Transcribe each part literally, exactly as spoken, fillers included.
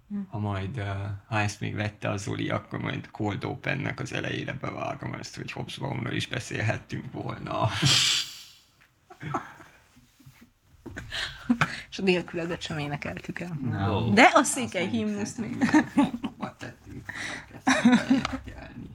ha majd, ha ezt még vette az Zoli, akkor majd Cold Opennek az elejére bevágom ezt, hogy Hobsbawmról is beszélhettünk volna. És a nélküledet sem énekeltük el. No. De a székely himnuszt még. tettünk, elni.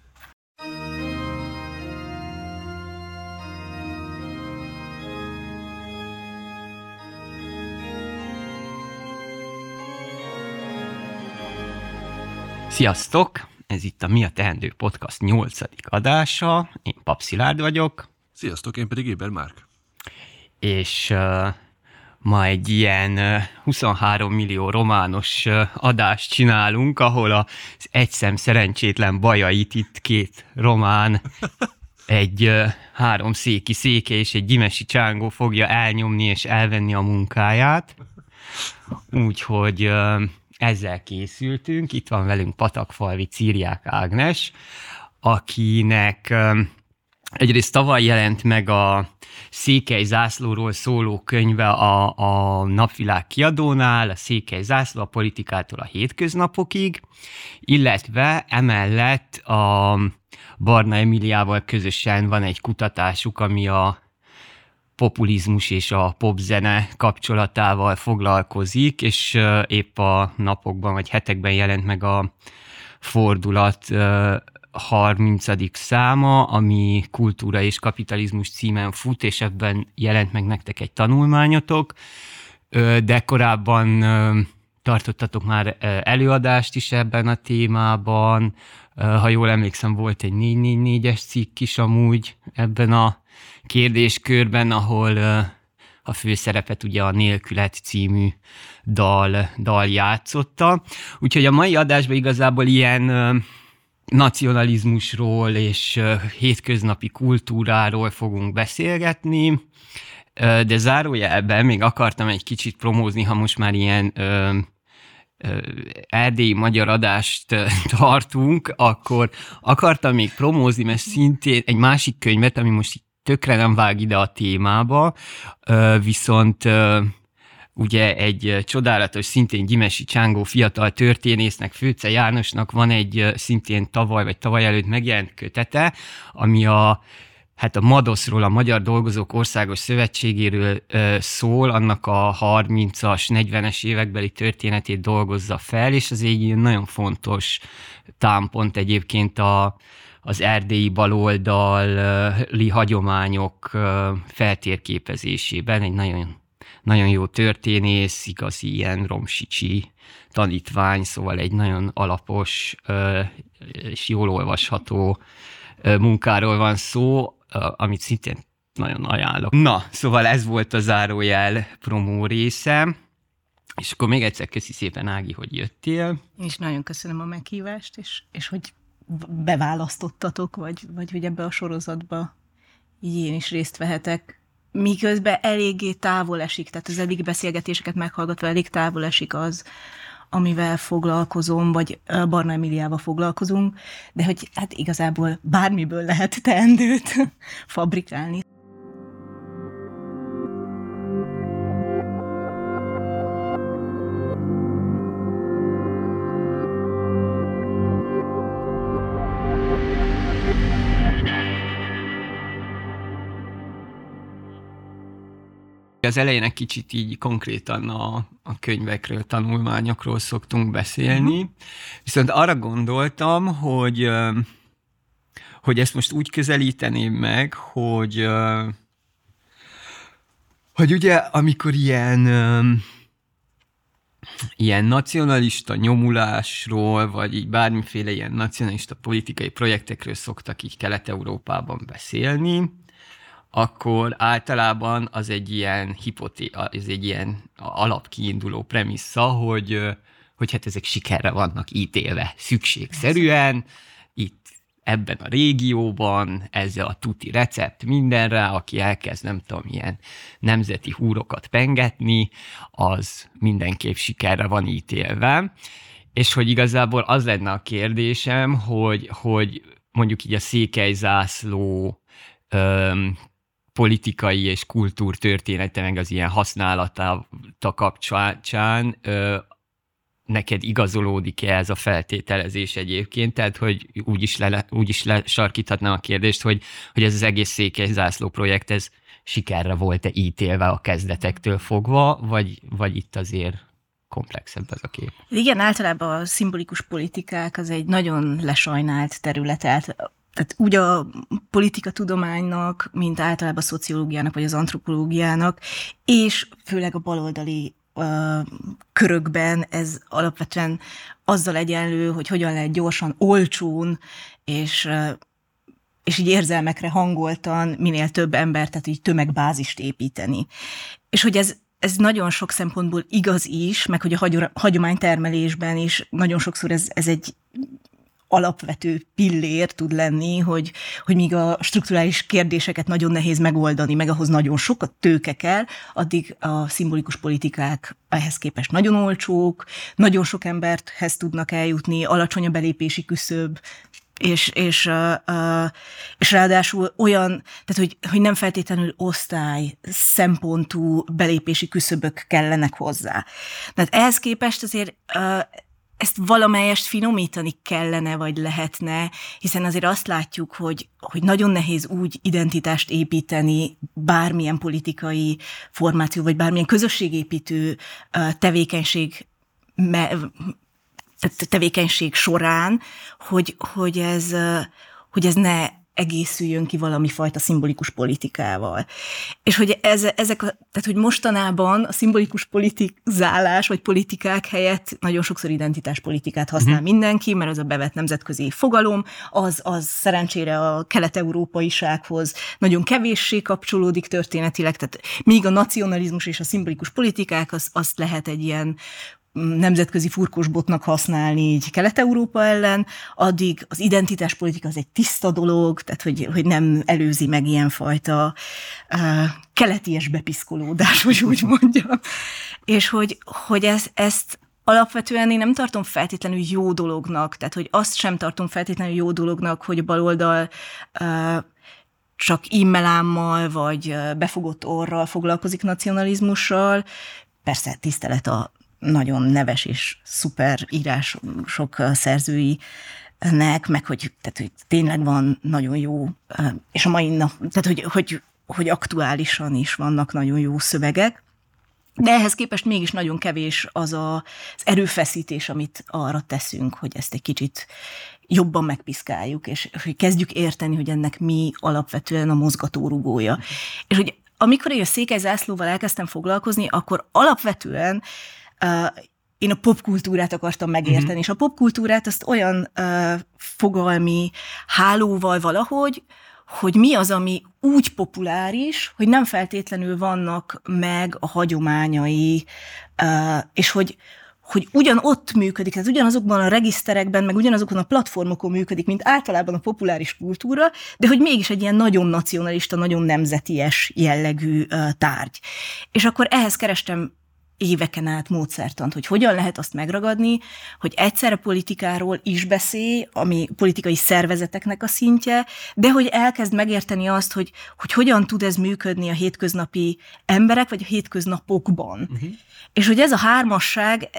Sziasztok! Ez itt a Mi a Teendő Podcast nyolcadik adása. Én Pap Szilárd vagyok. Sziasztok, én pedig Éber Márk. És uh, ma egy ilyen uh, huszonhárom millió romános uh, adást csinálunk, ahol az egyszem szerencsétlen bajait itt két román, egy uh, három széki széke és egy gyimesi csángó fogja elnyomni és elvenni a munkáját. Úgyhogy... Uh, ezzel készültünk. Itt van velünk Patakfalvi Círiák Ágnes, akinek egyrészt tavaly jelent meg a Székely zászlóról szóló könyve a, a Napvilág kiadónál, a Székely zászló a politikától a hétköznapokig, illetve emellett a Barna Emiliával közösen van egy kutatásuk, ami a populizmus és a popzene kapcsolatával foglalkozik, és épp a napokban vagy hetekben jelent meg a Fordulat harmincadik száma, ami Kultúra és kapitalizmus címen fut, és ebben jelent meg nektek egy tanulmányotok, de korábban tartottatok már előadást is ebben a témában. Ha jól emlékszem, volt egy négy négy négyes cikk is amúgy ebben a kérdéskörben, ahol uh, a főszerepet ugye a Nélkület című dal, dal játszotta. Úgyhogy a mai adásban igazából ilyen uh, nacionalizmusról és uh, hétköznapi kultúráról fogunk beszélgetni, uh, de zárójelben még akartam egy kicsit promózni, ha most már ilyen uh, erdélyi magyar adást tartunk, akkor akartam még promózni, mert szintén egy másik könyvet, ami most tökre nem vág ide a témába, viszont ugye egy csodálatos, szintén gyimesi csángó fiatal történésznek, Főce Jánosnak van egy szintén tavaly vagy tavaly előtt megjelent kötete, ami a Hát a madoszról, a Magyar Dolgozók Országos Szövetségéről ö, szól, annak a harmincas, negyvenes évekbeli történetét dolgozza fel, és az egy nagyon fontos támpont egyébként a, az erdélyi baloldali hagyományok ö, feltérképezésében. Egy nagyon, nagyon jó történész, igazi ilyen romsicsi tanítvány, szóval egy nagyon alapos ö, és jól olvasható ö, munkáról van szó, amit szintén nagyon ajánlok. Na, szóval ez volt a zárójel promó része, és akkor még egyszer köszi szépen, Ági, hogy jöttél. Én is nagyon köszönöm a meghívást, és, és hogy beválasztottatok, vagy, vagy hogy ebbe a sorozatba így én is részt vehetek. Miközben eléggé távol esik, tehát az eddig beszélgetéseket meghallgatva elég távol esik az, amivel foglalkozom, vagy Barna Emiliával foglalkozunk, de hogy hát igazából bármiből lehet teendőt fabrikálni. Az elején egy kicsit így konkrétan a, a könyvekről, tanulmányokról szoktunk beszélni, uh-huh. Viszont arra gondoltam, hogy, hogy ezt most úgy közelíteném meg, hogy, hogy ugye amikor ilyen, ilyen nacionalista nyomulásról, vagy így bármiféle ilyen nacionalista politikai projektekről szoktak így Kelet-Európában beszélni, akkor általában az egy ilyen hipoté, az egy ilyen alapkiinduló premissza, hogy, hogy hát ezek sikerre vannak ítélve szükségszerűen, itt ebben a régióban, ezzel a tuti recept mindenre, aki elkezd, nem tudom, ilyen nemzeti húrokat pengetni, az mindenképp sikerre van ítélve. És hogy igazából az lenne a kérdésem, hogy, hogy mondjuk így a székely zászló öm, politikai és kultúrtörténete, meg az ilyen használata kapcsán ö, neked igazolódik-e ez a feltételezés egyébként? Tehát, hogy úgy is, le, úgy is lesarkíthatnám a kérdést, hogy, hogy ez az egész Székelyzászló projekt, ez sikerre volt-e ítélve a kezdetektől fogva, vagy, vagy itt azért komplexebb ez a kép? Igen, általában a szimbolikus politikák az egy nagyon lesajnált terület, tehát úgy a politikatudománynak, mint általában a szociológiának, vagy az antropológiának, és főleg a baloldali uh, körökben ez alapvetően azzal egyenlő, hogy hogyan lehet gyorsan, olcsón, és uh, és így érzelmekre hangoltan minél több embert, tehát így tömegbázist építeni. És hogy ez, ez nagyon sok szempontból igaz is, meg hogy a hagyománytermelésben is nagyon sokszor ez, ez egy alapvető pillér tud lenni, hogy, hogy míg a strukturális kérdéseket nagyon nehéz megoldani, meg ahhoz nagyon sok a tőke kell, addig a szimbolikus politikák ehhez képest nagyon olcsók, nagyon sok emberhez tudnak eljutni, alacsony a belépési küszöb, és, és, uh, és ráadásul olyan, tehát hogy, hogy nem feltétlenül osztály szempontú belépési küszöbök kellenek hozzá. Tehát ehhez képest azért uh, ezt valamelyest finomítani kellene, vagy lehetne, hiszen azért azt látjuk, hogy, hogy nagyon nehéz úgy identitást építeni bármilyen politikai formáció, vagy bármilyen közösségépítő uh, tevékenység me- tevékenység során, hogy, hogy, ez, hogy ez ne egészüljön ki valami fajta szimbolikus politikával. És hogy ez, ezek a, tehát hogy mostanában a szimbolikus politizálás, vagy politikák helyett nagyon sokszor identitáspolitikát használ uh-huh. mindenki, mert az a bevett nemzetközi fogalom, az, az szerencsére a kelet-európaisághoz nagyon kevéssé kapcsolódik történetileg, tehát míg a nacionalizmus és a szimbolikus politikák, az, azt lehet egy ilyen nemzetközi furkósbotnak használni így Kelet-Európa ellen, addig az identitáspolitika az egy tiszta dolog, tehát hogy, hogy nem előzi meg ilyenfajta uh, keleties bepiszkolódás, hogy úgy mondjam. És hogy, hogy ez, ezt alapvetően én nem tartom feltétlenül jó dolognak, tehát hogy azt sem tartom feltétlenül jó dolognak, hogy a baloldal uh, csak immelámmal vagy befogott orral foglalkozik nacionalizmussal. Persze tisztelet a nagyon neves és szuper írások szerzőinek, meg hogy, tehát, hogy tényleg van nagyon jó, és a mai nap, tehát hogy, hogy, hogy aktuálisan is vannak nagyon jó szövegek, de ehhez képest mégis nagyon kevés az a, az erőfeszítés, amit arra teszünk, hogy ezt egy kicsit jobban megpiszkáljuk, és hogy kezdjük érteni, hogy ennek mi alapvetően a mozgatórugója. És hogy amikor én a Székelyzászlóval elkezdtem foglalkozni, akkor alapvetően Uh, én a popkultúrát akartam megérteni, uh-huh. és a popkultúrát azt olyan uh, fogalmi hálóval valahogy, hogy mi az, ami úgy populáris, hogy nem feltétlenül vannak meg a hagyományai, uh, és hogy, hogy ugyan ott működik, tehát ugyanazokban a regiszterekben, meg ugyanazokon a platformokon működik, mint általában a populáris kultúra, de hogy mégis egy ilyen nagyon nacionalista, nagyon nemzeties jellegű uh, tárgy. És akkor ehhez kerestem éveken át módszertant, hogy hogyan lehet azt megragadni, hogy egyszerre politikáról is beszélj, ami politikai szervezeteknek a szintje, de hogy elkezd megérteni azt, hogy, hogy hogyan tud ez működni a hétköznapi emberek, vagy a hétköznapokban. Uh-huh. És hogy ez a hármasság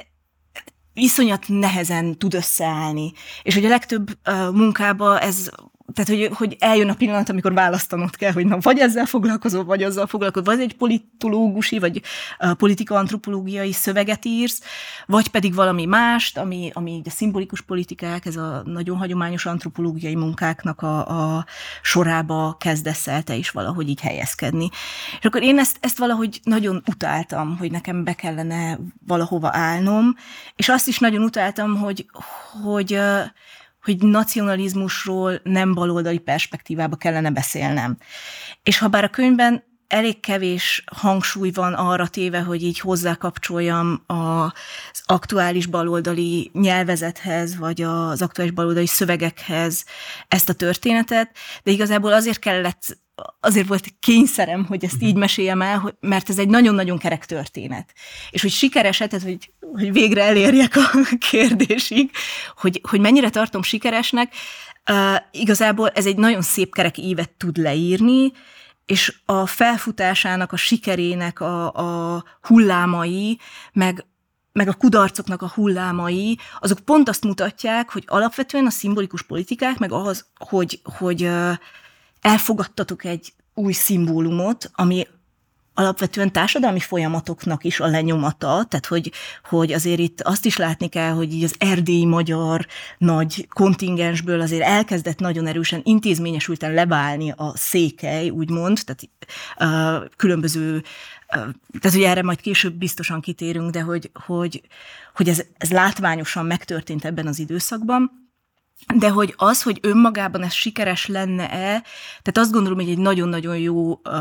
iszonyat nehezen tud összeállni. És hogy a legtöbb uh, munkában ez, tehát hogy, hogy eljön a pillanat, amikor választanod kell, hogy na, vagy ezzel foglalkozol, vagy azzal foglalkozol, vagy egy politológusi, vagy uh, politika-antropológiai szöveget írsz, vagy pedig valami mást, ami, ami a szimbolikus politikák, ez a nagyon hagyományos antropológiai munkáknak a, a sorába kezdesz el te is valahogy így helyezkedni. És akkor én ezt, ezt valahogy nagyon utáltam, hogy nekem be kellene valahova állnom, és azt is nagyon utáltam, hogy, hogy uh, hogy nacionalizmusról nem baloldali perspektívába kellene beszélnem. És ha bár a könyvben elég kevés hangsúly van arra téve, hogy így hozzákapcsoljam az aktuális baloldali nyelvezethez, vagy az aktuális baloldali szövegekhez ezt a történetet, de igazából azért kellett, azért volt kényszerem, hogy ezt így meséljem el, mert ez egy nagyon-nagyon kerek történet. És hogy sikeres, tehát hogy, hogy végre elérjek a kérdésig, hogy, hogy mennyire tartom sikeresnek, uh, igazából ez egy nagyon szép kerek évet tud leírni, és a felfutásának, a sikerének a, a hullámai, meg, meg a kudarcoknak a hullámai, azok pont azt mutatják, hogy alapvetően a szimbolikus politikák, meg az, hogy, hogy elfogadtatok egy új szimbólumot, ami alapvetően társadalmi folyamatoknak is a lenyomata, tehát hogy, hogy azért itt azt is látni kell, hogy így az erdélyi magyar nagy kontingensből azért elkezdett nagyon erősen intézményesülten leválni a székely, úgymond, tehát uh, különböző, uh, tehát ugye erre majd később biztosan kitérünk, de hogy, hogy, hogy ez, ez látványosan megtörtént ebben az időszakban, de hogy az, hogy önmagában ez sikeres lenne-e, tehát azt gondolom, hogy egy nagyon-nagyon jó uh,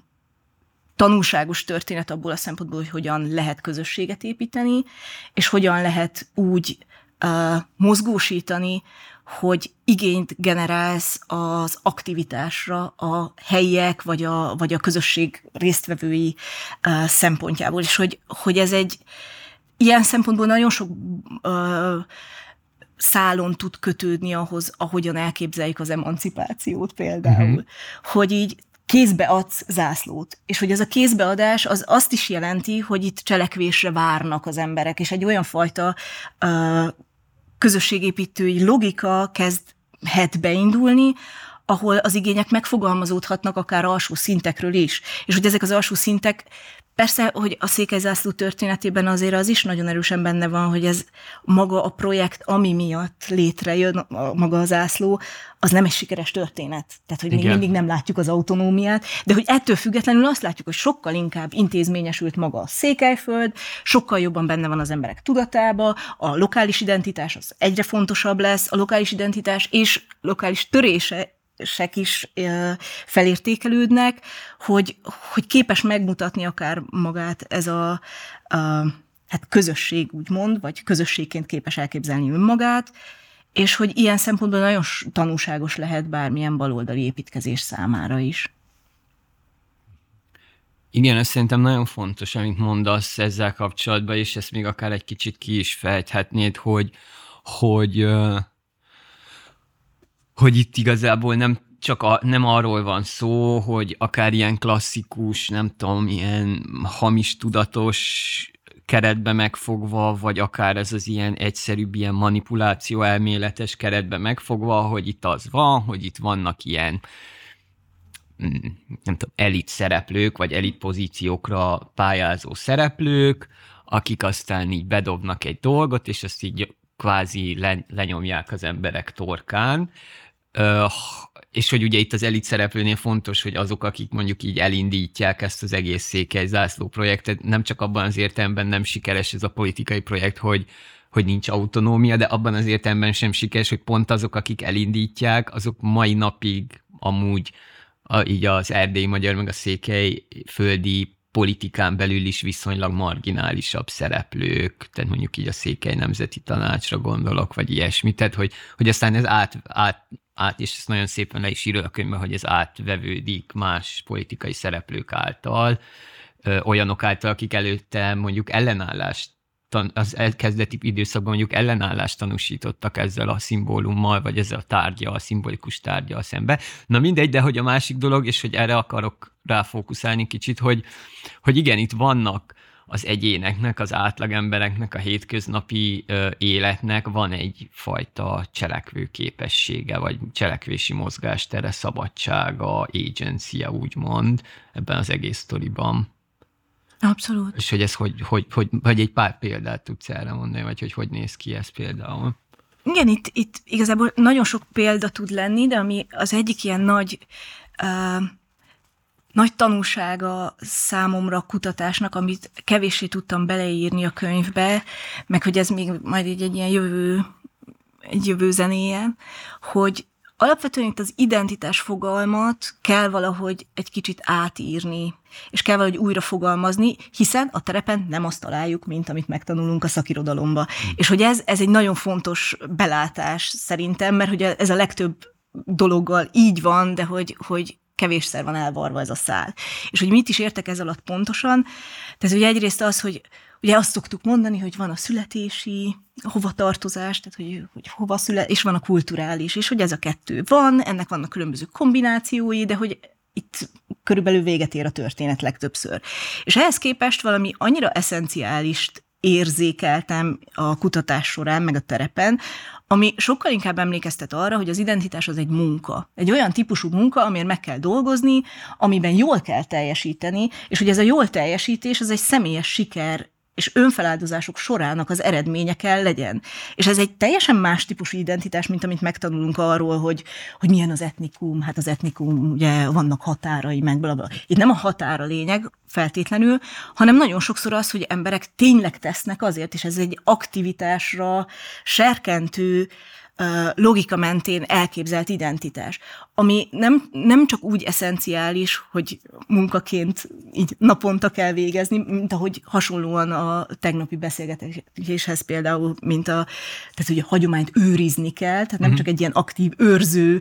tanulságos történet abból a szempontból, hogy hogyan lehet közösséget építeni, és hogyan lehet úgy uh, mozgósítani, hogy igényt generálsz az aktivitásra a helyiek, vagy a, vagy a közösség résztvevői uh, szempontjából, és hogy, hogy ez egy ilyen szempontból nagyon sok uh, szálon tud kötődni ahhoz, ahogyan elképzeljük az emancipációt például. Uh-huh. Hogy így kézbe adsz zászlót. És hogy ez a kézbeadás az azt is jelenti, hogy itt cselekvésre várnak az emberek, és egy olyan fajta uh, közösségépítői logika kezdhet beindulni, ahol az igények megfogalmazódhatnak akár alsó szintekről is. És hogy ezek az alsó szintek, persze, hogy a székelyzászló történetében azért az is nagyon erősen benne van, hogy ez maga a projekt, ami miatt létrejön a, maga a zászló, az nem egy sikeres történet. Tehát, hogy még mindig nem látjuk az autonómiát, de hogy ettől függetlenül azt látjuk, hogy sokkal inkább intézményesült maga a Székelyföld, sokkal jobban benne van az emberek tudatába, a lokális identitás az egyre fontosabb lesz, a lokális identitás és lokális törése sek is felértékelődnek, hogy, hogy képes megmutatni akár magát ez a, a hát közösség, úgymond, vagy közösségként képes elképzelni önmagát, és hogy ilyen szempontból nagyon tanulságos lehet bármilyen baloldali építkezés számára is. Igen, ez szerintem nagyon fontos, amit mondasz ezzel kapcsolatban, és ezt még akár egy kicsit ki is fejthetnéd, hogy, hogy hogy itt igazából nem csak a, nem arról van szó, hogy akár ilyen klasszikus, nem tudom, ilyen hamis tudatos keretbe megfogva, vagy akár ez az ilyen egyszerűbb, ilyen manipuláció elméletes keretbe megfogva, hogy itt az van, hogy itt vannak ilyen nem tudom, elit szereplők, vagy elit pozíciókra pályázó szereplők, akik aztán így bedobnak egy dolgot, és azt így kvázi le, lenyomják az emberek torkán, uh, és hogy ugye itt az elit szereplőnél fontos, hogy azok, akik mondjuk így elindítják ezt az egész székelyzászló projektet, nem csak abban az értelemben nem sikeres ez a politikai projekt, hogy, hogy nincs autonómia, de abban az értelemben sem sikeres, hogy pont azok, akik elindítják, azok mai napig amúgy a, így az erdélyi magyar, meg a székelyföldi politikán belül is viszonylag marginálisabb szereplők, tehát mondjuk így a Székely Nemzeti Tanácsra gondolok, vagy ilyesmi, tehát hogy, hogy aztán ez át, át, át, és ezt nagyon szépen le is írja a könyvben, hogy ez átvevődik más politikai szereplők által, ö, olyanok által, akik előtte mondjuk ellenállást, az elkezdeti időszakban mondjuk ellenállást tanúsítottak ezzel a szimbólummal, vagy ezzel a tárgyal, a szimbolikus tárgyal szembe. Na mindegy, de hogy a másik dolog, és hogy erre akarok ráfókuszálni kicsit, hogy, hogy igen, itt vannak az egyéneknek, az átlagembereknek, a hétköznapi ö, életnek van egyfajta cselekvőképessége, vagy cselekvési mozgástere, szabadsága, agencia, úgymond, ebben az egész sztoriban. Abszolút. És hogy ez hogy, hogy, hogy, hogy egy pár példát tudsz erre mondani, vagy hogy hogy néz ki ez például? Igen, itt, itt igazából nagyon sok példa tud lenni, de ami az egyik ilyen nagy, uh, nagy tanulsága számomra a kutatásnak, amit kevéssé tudtam beleírni a könyvbe, meg hogy ez még majd egy, egy ilyen jövő, egy jövő zenéje, hogy alapvetően itt az identitás fogalmat kell valahogy egy kicsit átírni, és kell valahogy újra fogalmazni, hiszen a terepen nem azt találjuk, mint amit megtanulunk a szakirodalomba. Mm. És hogy ez, ez egy nagyon fontos belátás szerintem, mert hogy ez a legtöbb dologgal így van, de hogy, hogy kevésszer van elvarva ez a szál. És hogy mit is értek ez alatt pontosan, tehát ugye egyrészt az, hogy ugye azt szoktuk mondani, hogy van a születési hovatartozás, tehát hogy, hogy hova szület, és van a kulturális, és hogy ez a kettő van, ennek vannak különböző kombinációi, de hogy itt körülbelül véget ér a történet legtöbbször. És ehhez képest valami annyira eszenciálist érzékeltem a kutatás során, meg a terepen, ami sokkal inkább emlékeztet arra, hogy az identitás az egy munka. Egy olyan típusú munka, amiért meg kell dolgozni, amiben jól kell teljesíteni, és hogy ez a jól teljesítés, az egy személyes siker és önfeláldozások sorának az eredménye kell legyen. És ez egy teljesen más típusú identitás, mint amit megtanulunk arról, hogy, hogy milyen az etnikum, hát az etnikum, ugye vannak határai, meg blablabla. Itt nem a határ a lényeg feltétlenül, hanem nagyon sokszor az, hogy emberek tényleg tesznek azért, és ez egy aktivitásra serkentő, logika mentén elképzelt identitás, ami nem, nem csak úgy eszenciális, hogy munkaként így naponta kell végezni, mint ahogy hasonlóan a tegnapi beszélgetéshez például, mint a, tehát, hogy a hagyományt őrizni kell, tehát nem uh-huh. csak egy ilyen aktív őrző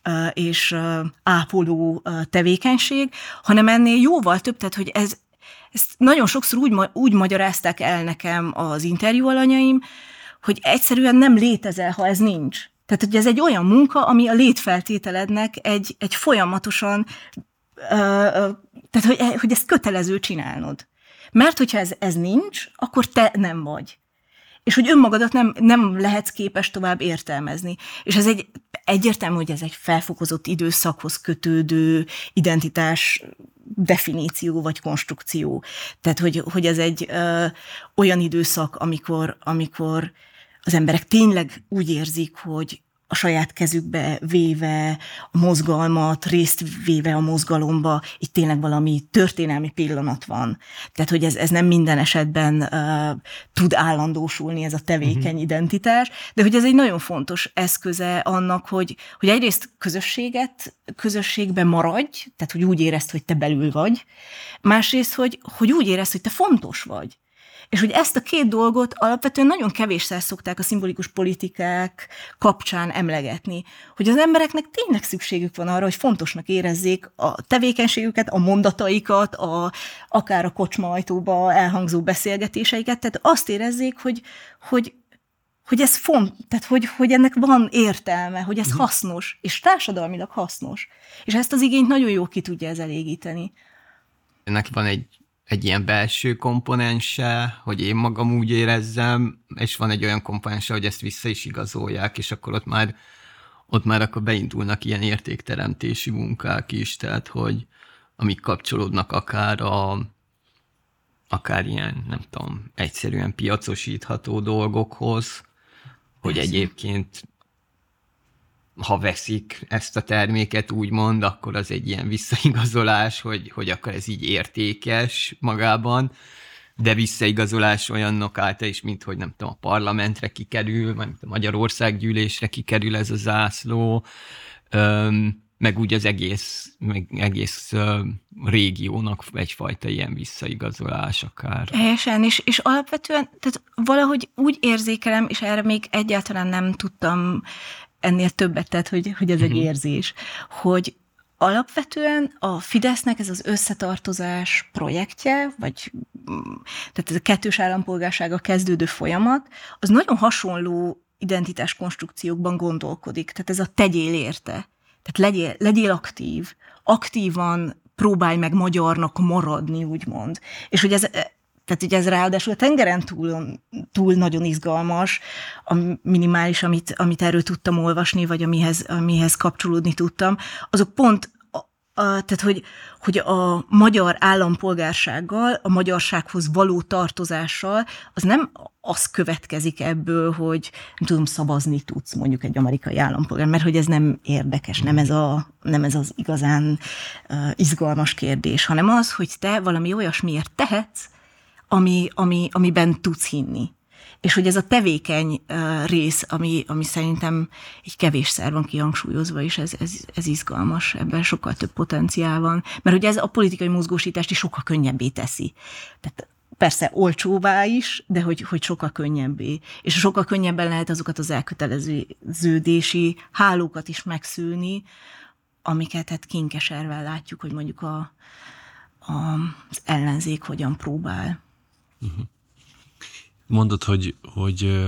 és ápoló tevékenység, hanem ennél jóval több, tehát, hogy ez, ezt nagyon sokszor úgy, úgy magyarázták el nekem az interjú alanyaim, hogy egyszerűen nem létezel, ha ez nincs. Tehát, hogy ez egy olyan munka, ami a létfeltételednek egy, egy folyamatosan, uh, uh, tehát, hogy, hogy ezt kötelező csinálnod. Mert hogyha ez, ez nincs, akkor te nem vagy. És hogy önmagadat nem, nem lehetsz képes tovább értelmezni. És ez egy egyértelmű, hogy ez egy felfokozott időszakhoz kötődő identitás definíció vagy konstrukció. Tehát, hogy, hogy ez egy ö, olyan időszak, amikor, amikor az emberek tényleg úgy érzik, hogy a saját kezükbe véve a mozgalmat, részt véve a mozgalomba, itt tényleg valami történelmi pillanat van. Tehát, hogy ez, ez nem minden esetben uh, tud állandósulni ez a tevékeny uh-huh. identitás, de hogy ez egy nagyon fontos eszköze annak, hogy, hogy egyrészt közösséget, közösségben maradj, tehát, hogy úgy érezd, hogy te belül vagy, másrészt, hogy, hogy úgy érezd, hogy te fontos vagy. És hogy ezt a két dolgot alapvetően nagyon kevésszer szokták a szimbolikus politikák kapcsán emlegetni, hogy az embereknek tényleg szükségük van arra, hogy fontosnak érezzék a tevékenységüket, a mondataikat, a, akár a kocsma ajtóba elhangzó beszélgetéseiket, tehát azt érezzék, hogy, hogy, hogy ez font, tehát hogy, hogy ennek van értelme, hogy ez hasznos, és társadalmilag hasznos. És ezt az igényt nagyon jól ki tudja ez elégíteni. Ennek van egy egy ilyen belső komponense, hogy én magam úgy érezzem, és van egy olyan komponense, hogy ezt vissza is igazolják, és akkor ott már, ott már akkor beindulnak ilyen értékteremtési munkák is, tehát hogy amik kapcsolódnak akár a, akár ilyen, nem tudom, egyszerűen piacosítható dolgokhoz, hogy egyébként ha veszik ezt a terméket, úgymond, akkor az egy ilyen visszaigazolás, hogy, hogy akkor ez így értékes magában, de visszaigazolás olyanok által is, mint hogy nem tudom, a parlamentre kikerül, vagy a Magyarországgyűlésre kikerül ez a zászló, öm, meg úgy az egész, meg egész öm, régiónak egyfajta ilyen visszaigazolás akár. Helyesen, és, és alapvetően tehát valahogy úgy érzékelem, és erre még egyáltalán nem tudtam ennél többet tett, hogy, hogy ez egy érzés, hogy alapvetően a Fidesznek ez az összetartozás projektje, vagy tehát ez a kettős állampolgársága kezdődő folyamat, az nagyon hasonló identitáskonstrukciókban gondolkodik. Tehát ez a tegyél érte. Tehát legyél, legyél aktív, aktívan próbálj meg magyarnak maradni, úgymond. És hogy ez Tehát ugye ez ráadásul a tengeren túl, túl nagyon izgalmas, a minimális, amit, amit erről tudtam olvasni, vagy amihez, amihez kapcsolódni tudtam, azok pont, a, a, tehát hogy, hogy a magyar állampolgársággal, a magyarsághoz való tartozással, az nem az következik ebből, hogy nem tudom, szavazni tudsz mondjuk egy amerikai állampolgár, mert hogy ez nem érdekes, nem ez, a, nem ez az igazán uh, izgalmas kérdés, hanem az, hogy te valami olyasmiért tehetsz, Ami, ami, amiben tudsz hinni. És hogy ez a tevékeny uh, rész, ami, ami szerintem egy kevésszer van kihangsúlyozva, és ez, ez, ez izgalmas, ebben sokkal több potenciál van. Mert hogy ez a politikai mozgósítást is sokkal könnyebbé teszi. Tehát persze olcsóvá is, de hogy, hogy sokkal könnyebbé. És sokkal könnyebben lehet azokat az elköteleződési hálókat is megszűni, amiket hát kinkeservel látjuk, hogy mondjuk a, a, az ellenzék hogyan próbál. Uh-huh. Mondod, hogy, hogy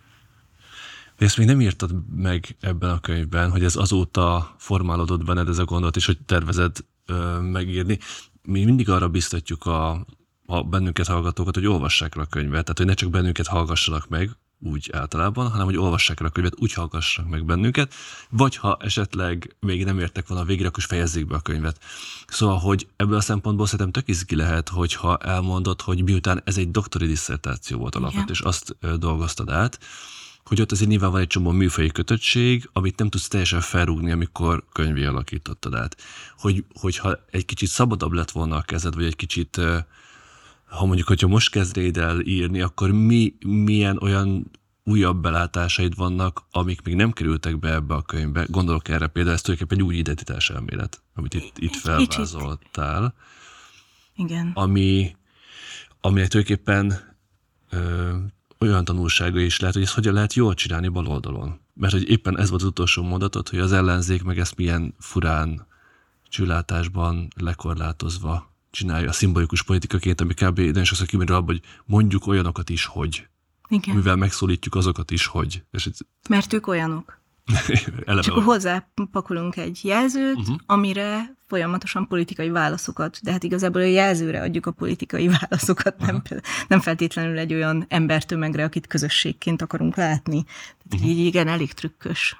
ezt még nem írtad meg ebben a könyvben, hogy ez azóta formálódott benned ez a gondolat, és hogy tervezed uh, megírni. Mi mindig arra biztatjuk a a bennünket hallgatókat, hogy olvassák el a könyvet, tehát hogy ne csak bennünket hallgassanak meg, úgy általában, hanem hogy olvassák el a könyvet, úgy hallgassanak meg bennünket, vagy ha esetleg még nem értek volna végre, akkor is fejezzék be a könyvet. Szóval, hogy ebből a szempontból szerintem tök izgi lehet, hogyha elmondod, hogy miután ez egy doktori disszertáció volt alapvetően, és azt ö, dolgoztad át, hogy ott azért nyilván van egy csomó műfaji kötöttség, amit nem tudsz teljesen felrúgni, amikor könyvé alakítottad át. Hogy, hogyha egy kicsit szabadabb lett volna a kezed, vagy egy kicsit, ha mondjuk, hogyha most kezdnéd el írni, akkor mi, milyen olyan újabb belátásaid vannak, amik még nem kerültek be ebbe a könyvbe. Gondolok erre például, ez tulajdonképpen egy új identitás elmélet, amit itt, itt felvázoltál. Igen. Ami, aminek tulajdonképpen ö, olyan tanulsága is lehet, hogy ezt hogyan lehet jól csinálni bal oldalon. Mert hogy éppen ez volt az utolsó mondatot, hogy az ellenzék meg ezt milyen furán, csillátásban, lekorlátozva csinálja a szimbolikus politikaként, ami kb. Nagyon sokszor kimerül abba, hogy mondjuk olyanokat is, hogy. Igen. Mivel megszólítjuk azokat is, hogy. És ez... Mert ők olyanok. És akkor hozzápakolunk egy jelzőt, uh-huh. amire folyamatosan politikai válaszokat, de hát igazából a jelzőre adjuk a politikai válaszokat, uh-huh. nem, nem feltétlenül egy olyan embertömegre, akit közösségként akarunk látni. Tehát uh-huh. így igen, elég trükkös.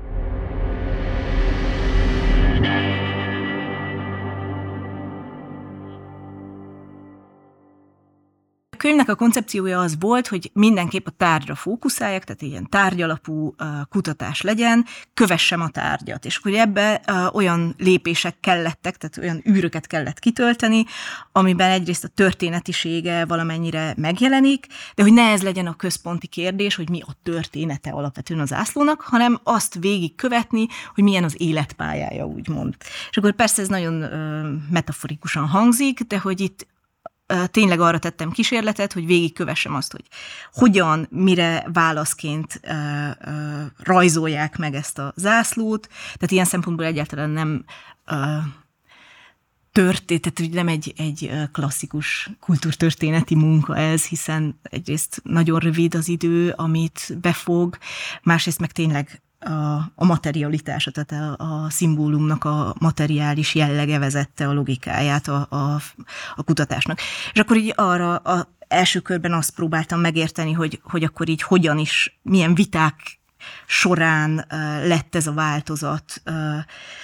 A könyvnek a koncepciója az volt, hogy mindenképp a tárgyra fókuszálják, tehát ilyen tárgyalapú uh, kutatás legyen, kövessem a tárgyat. És akkor ebbe uh, olyan lépések kellettek, tehát olyan űröket kellett kitölteni, amiben egyrészt a történetisége valamennyire megjelenik, de hogy ne ez legyen a központi kérdés, hogy mi a története alapvetően az zászlónak, hanem azt végigkövetni, hogy milyen az életpályája, úgymond. És akkor persze ez nagyon uh, metaforikusan hangzik, de hogy itt tényleg arra tettem kísérletet, hogy végigkövessem azt, hogy hogyan, mire válaszként uh, uh, rajzolják meg ezt a zászlót. Tehát ilyen szempontból egyáltalán nem uh, történt, tehát hogy nem egy, egy klasszikus kultúrtörténeti munka ez, hiszen egyrészt nagyon rövid az idő, amit befog, másrészt meg tényleg a, a materialitása, tehát a, a szimbólumnak a materiális jellege vezette a logikáját a, a, a kutatásnak. És akkor így arra a első körben azt próbáltam megérteni, hogy, hogy akkor így hogyan is, milyen viták során uh, lett ez a változat uh,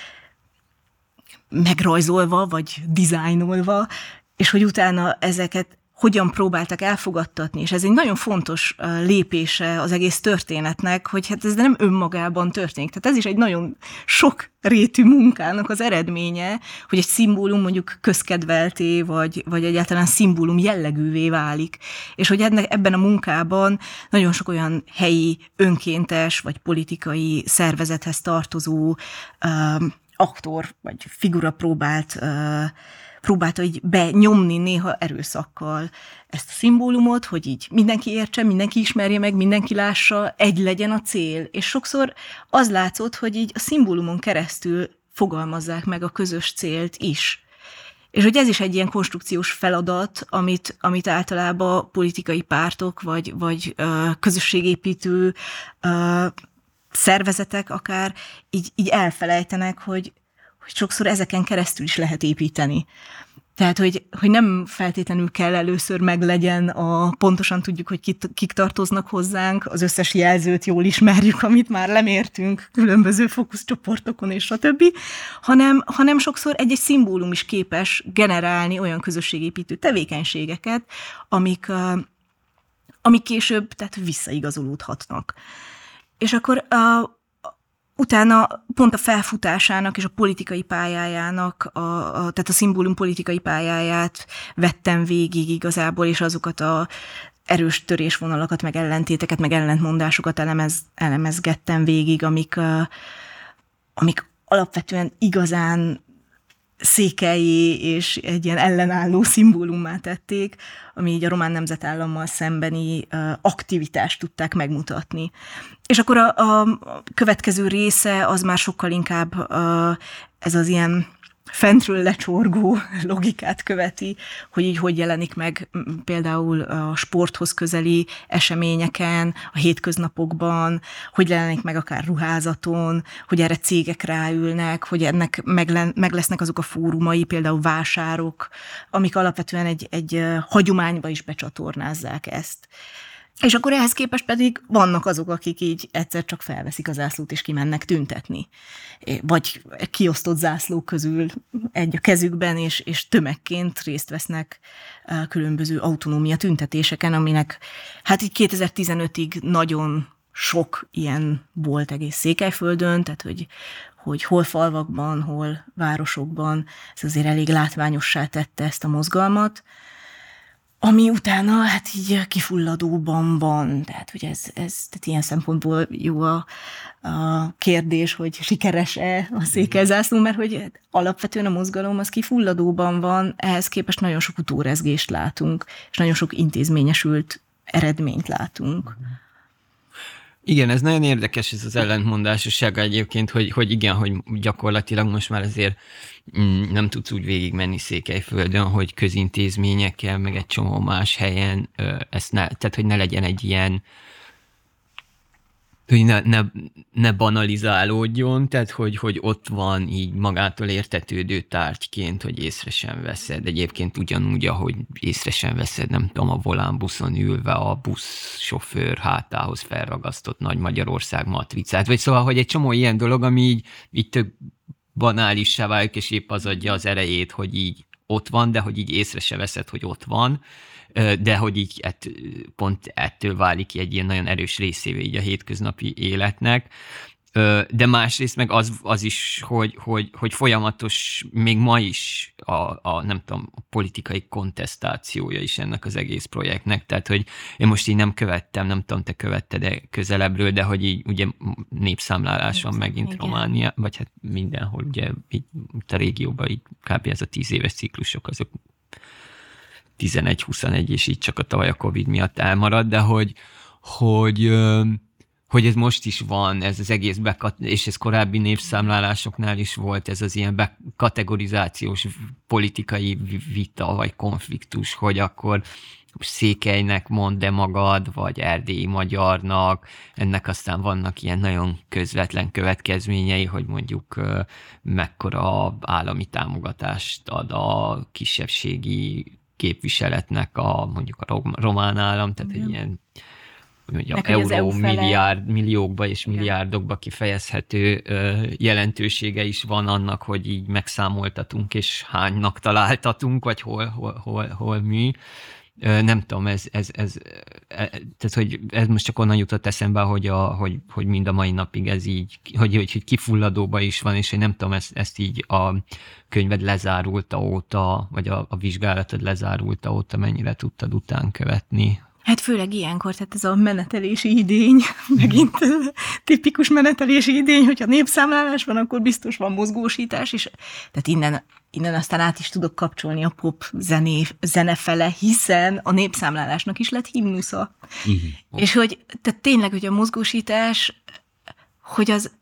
megrajzolva, vagy dizájnolva, és hogy utána ezeket hogyan próbáltak elfogadtatni, és ez egy nagyon fontos lépése az egész történetnek, hogy hát ez nem önmagában történik. Tehát ez is egy nagyon sok rétű munkának az eredménye, hogy egy szimbólum mondjuk közkedvelté, vagy, vagy egyáltalán szimbólum jellegűvé válik. És hogy ennek, ebben a munkában nagyon sok olyan helyi, önkéntes, vagy politikai szervezethez tartozó uh, aktor, vagy figura próbált uh, próbálta így benyomni néha erőszakkal ezt a szimbólumot, hogy így mindenki értse, mindenki ismerje meg, mindenki lássa, egy legyen a cél. És sokszor az látszott, hogy így a szimbólumon keresztül fogalmazzák meg a közös célt is. És hogy ez is egy ilyen konstrukciós feladat, amit, amit általában politikai pártok, vagy, vagy uh, közösségépítő uh, szervezetek akár így, így elfelejtenek, hogy hogy sokszor ezeken keresztül is lehet építeni. Tehát, hogy, hogy nem feltétlenül kell először meglegyen a, pontosan tudjuk, hogy kit, kik tartoznak hozzánk, az összes jelzőt jól ismerjük, amit már lemértünk különböző fókuszcsoportokon és stb., hanem, hanem sokszor egy-egy szimbólum is képes generálni olyan közösségépítő tevékenységeket, amik, amik később tehát visszaigazolódhatnak. És akkor a utána pont a felfutásának és a politikai pályájának, a, a, tehát a szimbólum politikai pályáját vettem végig igazából, és azokat a erős törésvonalakat, meg ellentéteket, meg ellentmondásokat elemez, elemezgettem végig, amik, a, amik alapvetően igazán székelyé és egy ilyen ellenálló szimbólummá tették, ami így a román nemzetállammal szembeni uh, aktivitást tudták megmutatni. És akkor a, a következő része az már sokkal inkább uh, ez az ilyen fentről lecsorgó logikát követi, hogy így hogy jelenik meg például a sporthoz közeli eseményeken, a hétköznapokban, hogy jelenik meg akár ruházaton, hogy erre cégek ráülnek, hogy ennek meg, le, meg lesznek azok a fórumai, például vásárok, amik alapvetően egy, egy hagyományba is becsatornázzák ezt. És akkor ehhez képest pedig vannak azok, akik így egyszer csak felveszik a zászlót, és kimennek tüntetni. Vagy kiosztott zászlók közül egy a kezükben, és, és tömegként részt vesznek különböző autonómia tüntetéseken, aminek hát így kétezer-tizenötig nagyon sok ilyen volt egész Székelyföldön, tehát hogy, hogy hol falvakban, hol városokban, ez azért elég látványossá tette ezt a mozgalmat, ami utána hát így kifulladóban van. Tehát, hogy ez, ez tehát ilyen szempontból jó a, a kérdés, hogy sikeres-e a székelyzászló, mert hogy alapvetően a mozgalom az kifulladóban van, ehhez képest nagyon sok utórezgést látunk, és nagyon sok intézményesült eredményt látunk. Igen, ez nagyon érdekes, ez az ellentmondásossága egyébként, hogy, hogy igen, hogy gyakorlatilag most már azért mm, nem tudsz úgy végigmenni Székelyföldön, hogy közintézményekkel, meg egy csomó más helyen, ö, ezt ne, tehát hogy ne legyen egy ilyen, hogy ne, ne, ne banalizálódjon, tehát hogy, hogy ott van így magától értetődő tárgyként, hogy észre sem veszed. Egyébként ugyanúgy, ahogy észre sem veszed, nem tudom, a volánbuszon ülve a buszsofőr hátához felragasztott Nagy Magyarország matricát. Vagy szóval, hogy egy csomó ilyen dolog, ami így, így tök banálissá válik, és épp az adja az erejét, hogy így ott van, de hogy így észre se veszed, hogy ott van, de hogy így ett, pont ettől válik ki egy ilyen nagyon erős részévé így a hétköznapi életnek. De másrészt meg az, az is, hogy, hogy, hogy folyamatos, még ma is a, a, nem tudom, a politikai kontesztációja is ennek az egész projektnek. Tehát, hogy én most így nem követtem, nem tudom, te követted de közelebbről, de hogy így ugye népszámlálás van megint Románia, vagy hát mindenhol, ugye így a régióban így kb. Ez a tíz éves ciklusok, azok tizenegy huszonegy, és így csak a tavaly a Covid miatt elmarad, de hogy, hogy, hogy ez most is van, ez az egész bekat- és ez korábbi népszámlálásoknál is volt, ez az ilyen bekategorizációs politikai vita vagy konfliktus, hogy akkor Székelynek mondd-e magad, vagy erdélyi magyarnak, ennek aztán vannak ilyen nagyon közvetlen következményei, hogy mondjuk mekkora állami támogatást ad a kisebbségi képviseletnek a mondjuk a román állam, tehát egy ilyen mondjuk euró milliárd, milliókba és Igen. milliárdokba kifejezhető ö, jelentősége is van annak, hogy így megszámoltatunk és hánynak találtatunk, vagy hol, hol, hol, hol mi. Ö, nem tudom, ez, ez, ez, ez, tehát, hogy ez most csak onnan jutott eszembe, hogy, a, hogy, hogy mind a mai napig ez így, hogy, hogy, hogy kifulladóba is van, és én nem tudom, ezt, ezt így a könyved lezárulta óta, vagy a, a vizsgálatod lezárulta óta mennyire tudtad után követni? Hát főleg ilyenkor, tehát ez a menetelési idény, megint tipikus menetelési idény, hogyha népszámlálás van, akkor biztos van mozgósítás, és tehát innen, innen aztán át is tudok kapcsolni a pop zené, zenefele, hiszen a népszámlálásnak is lett himnusza. Uh-huh. És hogy tehát tényleg, hogy a mozgósítás, hogy az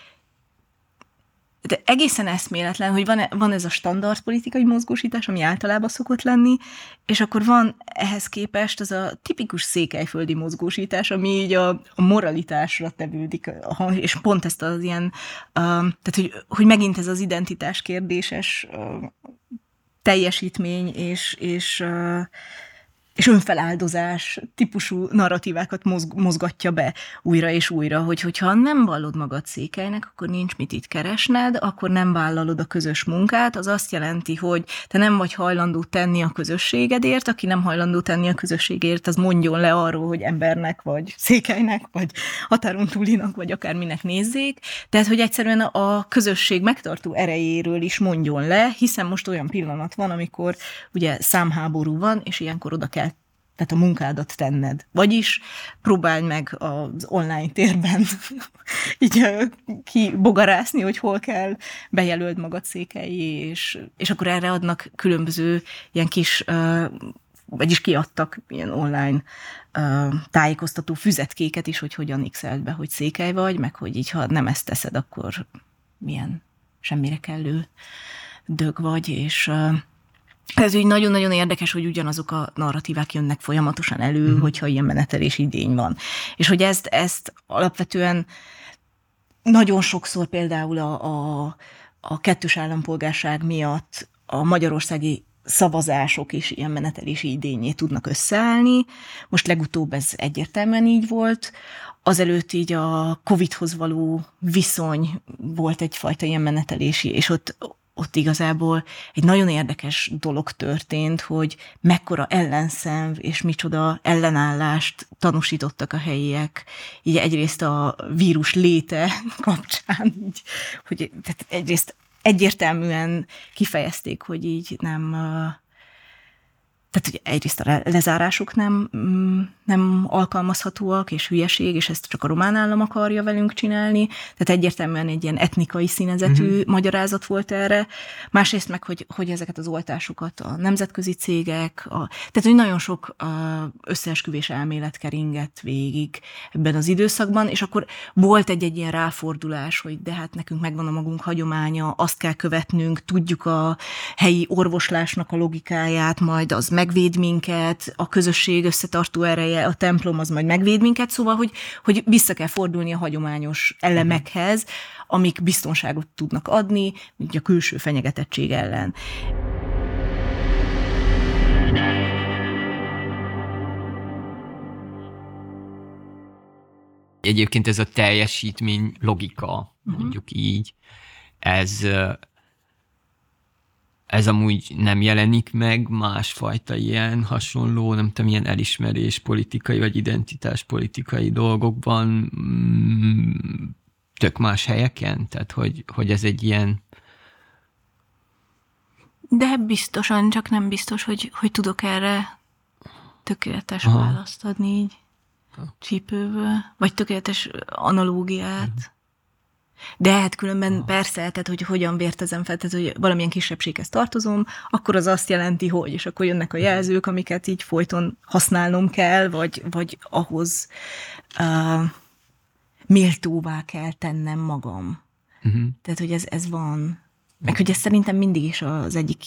de egészen eszméletlen, hogy van, van ez a standard politikai mozgósítás, ami általában szokott lenni, és akkor van ehhez képest az a tipikus székelyföldi mozgósítás, ami így a, a moralitásra tevődik, és pont ezt az ilyen, uh, tehát hogy, hogy megint ez az identitás kérdéses uh, teljesítmény és, és uh, és önfeláldozás típusú narratívákat mozg- mozgatja be újra és újra, hogy hogyha nem vallod magad Székelynek, akkor nincs mit itt keresned, akkor nem vállalod a közös munkát, az azt jelenti, hogy te nem vagy hajlandó tenni a közösségedért, aki nem hajlandó tenni a közösségért, az mondjon le arról, hogy embernek, vagy Székelynek, vagy határon túlinak, vagy akárminek nézzék, tehát, hogy egyszerűen a közösség megtartó erejéről is mondjon le, hiszen most olyan pillanat van, amikor ugye számháború van, és ilyenkor oda kell tehát a munkádat tenned. Vagyis próbálj meg az online térben így kibogarászni, hogy hol kell bejelöld magad székelyé, és, és akkor erre adnak különböző ilyen kis, uh, vagyis kiadtak ilyen online uh, tájékoztató füzetkéket is, hogy hogyan x-eld be, hogy székely vagy, meg hogy így, ha nem ezt teszed, akkor milyen semmire kellő dög vagy, és ez úgy nagyon-nagyon érdekes, hogy ugyanazok a narratívák jönnek folyamatosan elő, uh-huh. hogyha ilyen menetelési idény van. És hogy ezt, ezt alapvetően nagyon sokszor például a, a, a kettős állampolgárság miatt a magyarországi szavazások is ilyen menetelési idényé tudnak összeállni. Most legutóbb ez egyértelműen így volt. Azelőtt így a Covidhoz való viszony volt egyfajta ilyen menetelési, és ott, ott igazából egy nagyon érdekes dolog történt, hogy mekkora ellenszenv és micsoda ellenállást tanúsítottak a helyiek. Így egyrészt a vírus léte kapcsán, így, hogy tehát egyrészt egyértelműen kifejezték, hogy így nem, tehát hogy egyrészt a lezárások nem, nem alkalmazhatóak, és hülyeség, és ezt csak a román állam akarja velünk csinálni. Tehát egyértelműen egy ilyen etnikai színezetű uh-huh. magyarázat volt erre. Másrészt meg, hogy, hogy ezeket az oltásokat a nemzetközi cégek, a, tehát hogy nagyon sok összeesküvés elmélet keringett végig ebben az időszakban, és akkor volt egy-egy ilyen ráfordulás, hogy de hát nekünk megvan a magunk hagyománya, azt kell követnünk, tudjuk a helyi orvoslásnak a logikáját, majd az megvéd minket, a közösség összetartó ereje, a templom az majd megvéd minket, szóval, hogy, hogy vissza kell fordulni a hagyományos elemekhez, amik biztonságot tudnak adni, mint a külső fenyegetettség ellen. Egyébként ez a teljesítmény logika, mondjuk uh-huh. így, ez... Ez amúgy nem jelenik meg másfajta ilyen hasonló, nem tudom, ilyen elismerés politikai vagy identitáspolitikai dolgokban tök más helyeken? Tehát, hogy, hogy ez egy ilyen... De biztosan, csak nem biztos, hogy, hogy tudok erre tökéletes Aha. választ adni így csípőből, vagy tökéletes analógiát. Uh-huh. De hát különben ah. persze, tehát hogy hogyan vértezem fel, tehát hogy valamilyen kisebbséghez tartozom, akkor az azt jelenti, hogy, és akkor jönnek a jelzők, amiket így folyton használnom kell, vagy, vagy ahhoz uh, méltóvá kell tennem magam. Uh-huh. Tehát, hogy ez, ez van. Meg hogy ez szerintem mindig is az egyik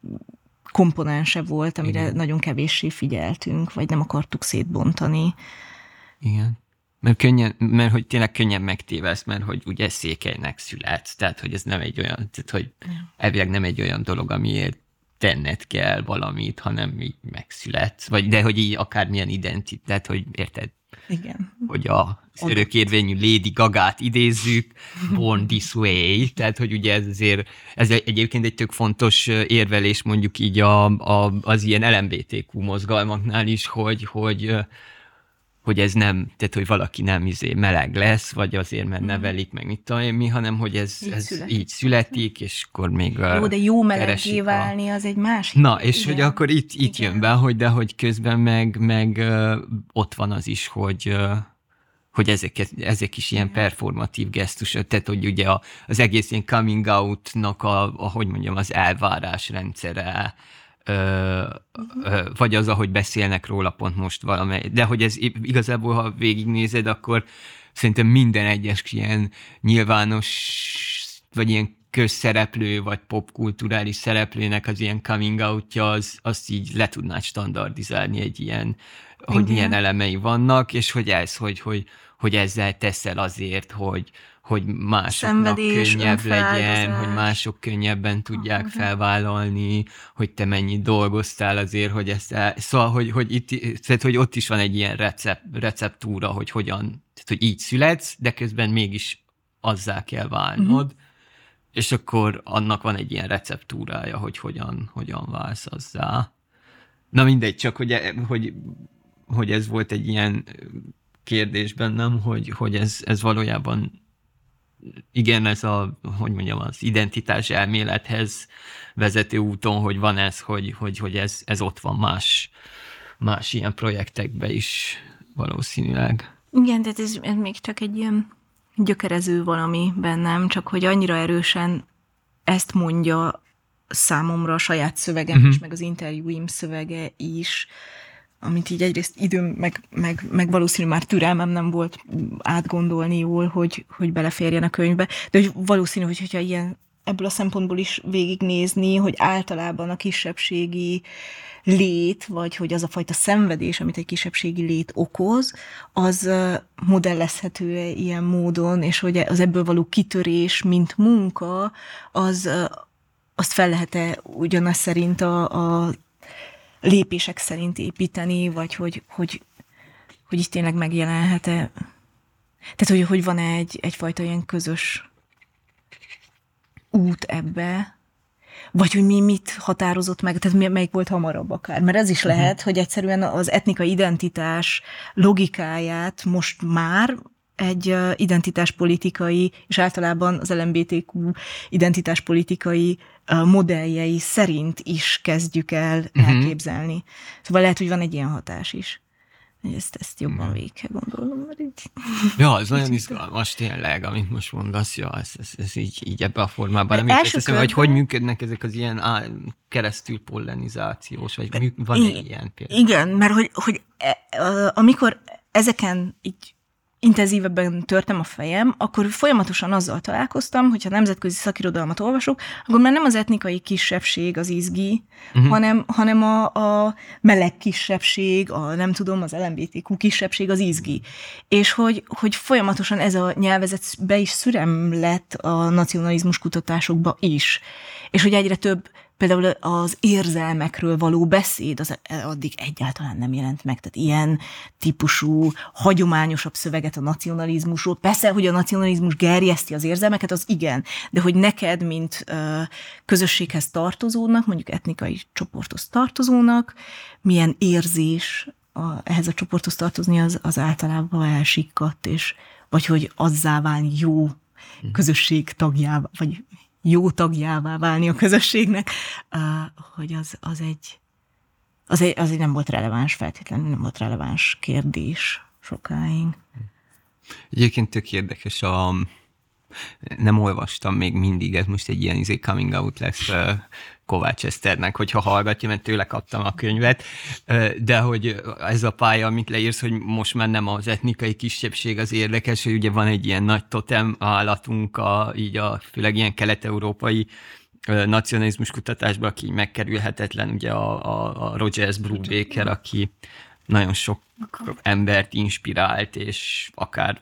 komponense volt, amire Igen. nagyon kevéssé figyeltünk, vagy nem akartuk szétbontani. Igen. Mert, könnyen, mert hogy tényleg könnyen megtévesz, mert hogy ugye Székelynek születsz, tehát hogy ez nem egy olyan, tehát hogy elvileg nem egy olyan dolog, amiért tenned kell valamit, hanem így megszületsz, vagy de hogy így akármilyen identitás, tehát hogy érted? Igen. Hogy a örökérvényű Lady Gagát idézzük, born this way, tehát hogy ugye ez azért, ez egyébként egy tök fontos érvelés mondjuk így a, a, az ilyen el em bé té kú mozgalmaknál is, hogy, hogy hogy ez nem, tehát hogy valaki nem izé meleg lesz, vagy azért, mert nevelik, meg mit tudom én mi, hanem hogy ez így, ez születik. így születik, és akkor még Jó, de jó meleggé válni, az egy másik. Na, és igen. hogy akkor itt, itt jön be, hogy de hogy közben meg, meg uh, ott van az is, hogy, uh, hogy ezek, ezek is ilyen igen. performatív gesztusok, tehát hogy ugye a, az egész ilyen coming out-nak a, a, hogy mondjam, az elvárás rendszere, Ö, ö, vagy az, ahogy beszélnek róla pont most valamely. De hogy ez igazából, ha végignézed, akkor szerintem minden egyes ilyen nyilvános, vagy ilyen közszereplő, vagy popkulturális szereplőnek az ilyen coming outja, az, azt így le tudnád standardizálni egy ilyen, hogy Igen. milyen elemei vannak, és hogy ez, hogy, hogy, hogy ezzel teszel azért, hogy hogy másoknak Szenvedés, könnyebb legyen, hogy mások könnyebben tudják uh-huh. felvállalni, hogy te mennyit dolgoztál azért, hogy ezt el... Szóval, hogy, hogy, itt, tehát, hogy ott is van egy ilyen recept, receptúra, hogy hogyan, tehát, hogy így születsz, de közben mégis azzá kell válnod, uh-huh. és akkor annak van egy ilyen receptúrája, hogy hogyan, hogyan válsz azzá. Na mindegy, csak hogy, hogy, hogy ez volt egy ilyen kérdés bennem, hogy, hogy ez, ez valójában igen, ez a, hogy mondjam, az identitás elmélethez vezető úton, hogy van ez, hogy, hogy, hogy ez, ez ott van más, más ilyen projektekben is valószínűleg. Igen, tehát ez, ez még csak egy ilyen gyökerező valami bennem, csak hogy annyira erősen ezt mondja számomra a saját szövegem uh-huh. is, meg az interjúim szövege is, amit így egyrészt időm, meg, meg, meg valószínű már türelmem nem volt átgondolni jól, hogy, hogy beleférjen a könyvbe. De hogy valószínű, hogy hogyha ilyen ebből a szempontból is végignézni, hogy általában a kisebbségi lét, vagy hogy az a fajta szenvedés, amit egy kisebbségi lét okoz, az modellezhető ilyen módon, és hogy az ebből való kitörés, mint munka, az, azt fel lehet-e ugyanaz szerint a, a lépések szerint építeni, vagy hogy, hogy, hogy itt tényleg megjelenhet-e. Tehát, hogy, hogy van-e egy, egyfajta ilyen közös út ebbe, vagy hogy mi mit határozott meg, tehát melyik volt hamarabb akár. Mert ez is lehet, uh-huh. hogy egyszerűen az etnikai identitás logikáját most már egy identitáspolitikai, és általában az el em bé té kú identitáspolitikai modelljei szerint is kezdjük el uh-huh. elképzelni. Szóval lehet, hogy van egy ilyen hatás is. Ezt, ezt jobban végig kell gondolnom, mert így... Ja, ez nagyon izgalmas tényleg, amit most mondasz, ja, ez, ez, ez így, így ebben a formában. Nem is teszem, hogy hogy működnek ezek az ilyen á, keresztül pollenizációs, vagy mű, van egy ilyen például? Igen, mert hogy, hogy amikor ezeken így intenzívebben törtem a fejem, akkor folyamatosan azzal találkoztam, hogyha nemzetközi szakirodalmat olvasok, akkor már nem az etnikai kisebbség az izgi, uh-huh. hanem, hanem a, a meleg kisebbség, a nem tudom, az el em bé té kú kisebbség az izgi. És hogy, hogy folyamatosan ez a nyelvezet be is szürem lett a nacionalizmus kutatásokba is. És hogy egyre több például az érzelmekről való beszéd az addig egyáltalán nem jelent meg. Tehát ilyen típusú, hagyományosabb szöveget a nacionalizmusról. Persze, hogy a nacionalizmus gerjeszti az érzelmeket, az igen. De hogy neked, mint uh, közösséghez tartozónak, mondjuk etnikai csoporthoz tartozónak, milyen érzés a, ehhez a csoporthoz tartozni, az, az általában elsikkadt, és vagy hogy azzá válni jó közösség tagjává, vagy jó tagjává válni a közösségnek, hogy az, az, egy, az, egy, az egy nem volt releváns, feltétlenül nem volt releváns kérdés sokáig. Egyébként tök érdekes, a, nem olvastam még mindig, ez most egy ilyen izé coming out lesz Kovács Eszternek, hogyha hallgatja, mert tőle kaptam a könyvet, de hogy ez a pálya, amit leírsz, hogy most már nem az etnikai kisebbség az érdekes, hogy ugye van egy ilyen nagy totem állatunk, a, így a főleg ilyen kelet-európai nacionalizmus kutatásban, aki megkerülhetetlen, ugye a, a, a Rogers Brubaker, aki nagyon sok embert inspirált, és akár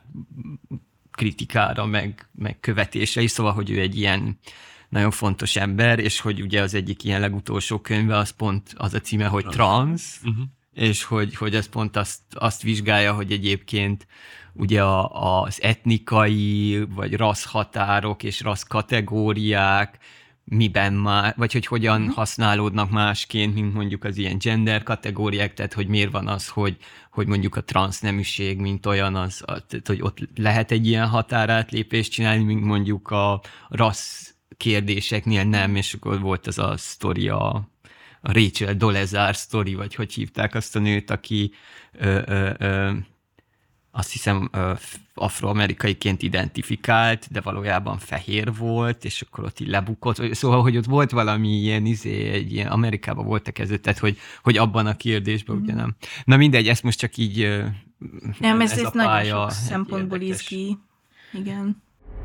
kritikára, meg, meg követésre is, szóval, hogy ő egy ilyen nagyon fontos ember, és hogy ugye az egyik ilyen legutolsó könyve, az pont az a címe, hogy Trans, uh-huh. és hogy, hogy az pont azt, azt vizsgálja, hogy egyébként ugye a, az etnikai, vagy rasszhatárok és rasszkategóriák miben már, vagy hogy hogyan uh-huh. használódnak másként, mint mondjuk az ilyen gender kategóriák, tehát hogy miért van az, hogy, hogy mondjuk a transzneműség, mint olyan, az, tehát, hogy ott lehet egy ilyen határátlépést csinálni, mint mondjuk a rassz kérdéseknél nem, és akkor volt az a sztori, a, a Rachel Dolezal sztori, vagy hogy hívták azt a nőt, aki ö, ö, ö, azt hiszem ö, afroamerikaiként identifikált, de valójában fehér volt, és akkor ott így lebukott. Szóval, hogy ott volt valami ilyen, izé, egy ilyen Amerikában voltak ez, tehát, hogy, hogy abban a kérdésben, mm. ugye nem. Na mindegy, ezt most csak így nem, ez, ez, ez nagyon sok szempontból izgi. Igen.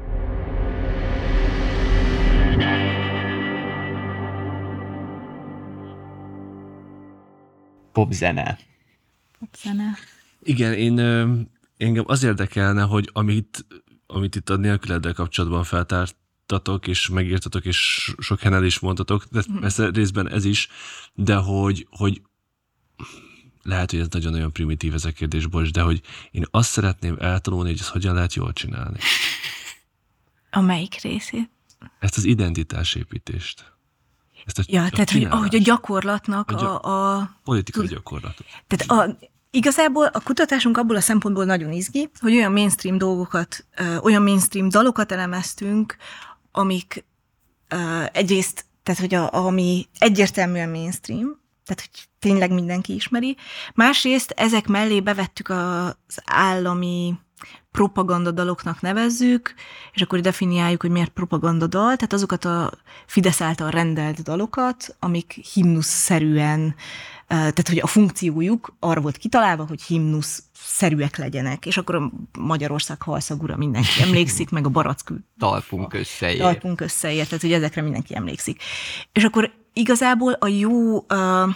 Popzene. Popzene. Igen, én, engem az érdekelne, hogy amit, amit itt a nélküleddel kapcsolatban feltártatok, és megírtatok, és sok helyen is mondtatok, de persze részben ez is, de hogy, hogy lehet, hogy ez nagyon-nagyon primitív ez a kérdés, bocs, de hogy én azt szeretném eltanulni, hogy ezt hogyan lehet jól csinálni. A melyik részét? Ezt az identitásépítést. Ezt a, ja, a tehát, hogy, hogy a gyakorlatnak a, gy- a... a politikai gyakorlatot. Tehát a, igazából a kutatásunk abból a szempontból nagyon izgi, hogy olyan mainstream dolgokat, olyan mainstream dalokat elemeztünk, amik egyrészt, tehát, hogy a, ami egyértelműen mainstream, tehát, hogy tényleg mindenki ismeri. Másrészt ezek mellé bevettük az állami propagandadaloknak nevezzük, és akkor definiáljuk, hogy miért propagandadal, tehát azokat a Fidesz által rendelt dalokat, amik himnuszszerűen tehát hogy a funkciójuk arra volt kitalálva, hogy himnusz-szerűek legyenek, és akkor a Magyarország halszagúra mindenki emlékszik, meg a barack talpunk összeér. Talpunk összeér, tehát hogy ezekre mindenki emlékszik. És akkor igazából a jó, uh,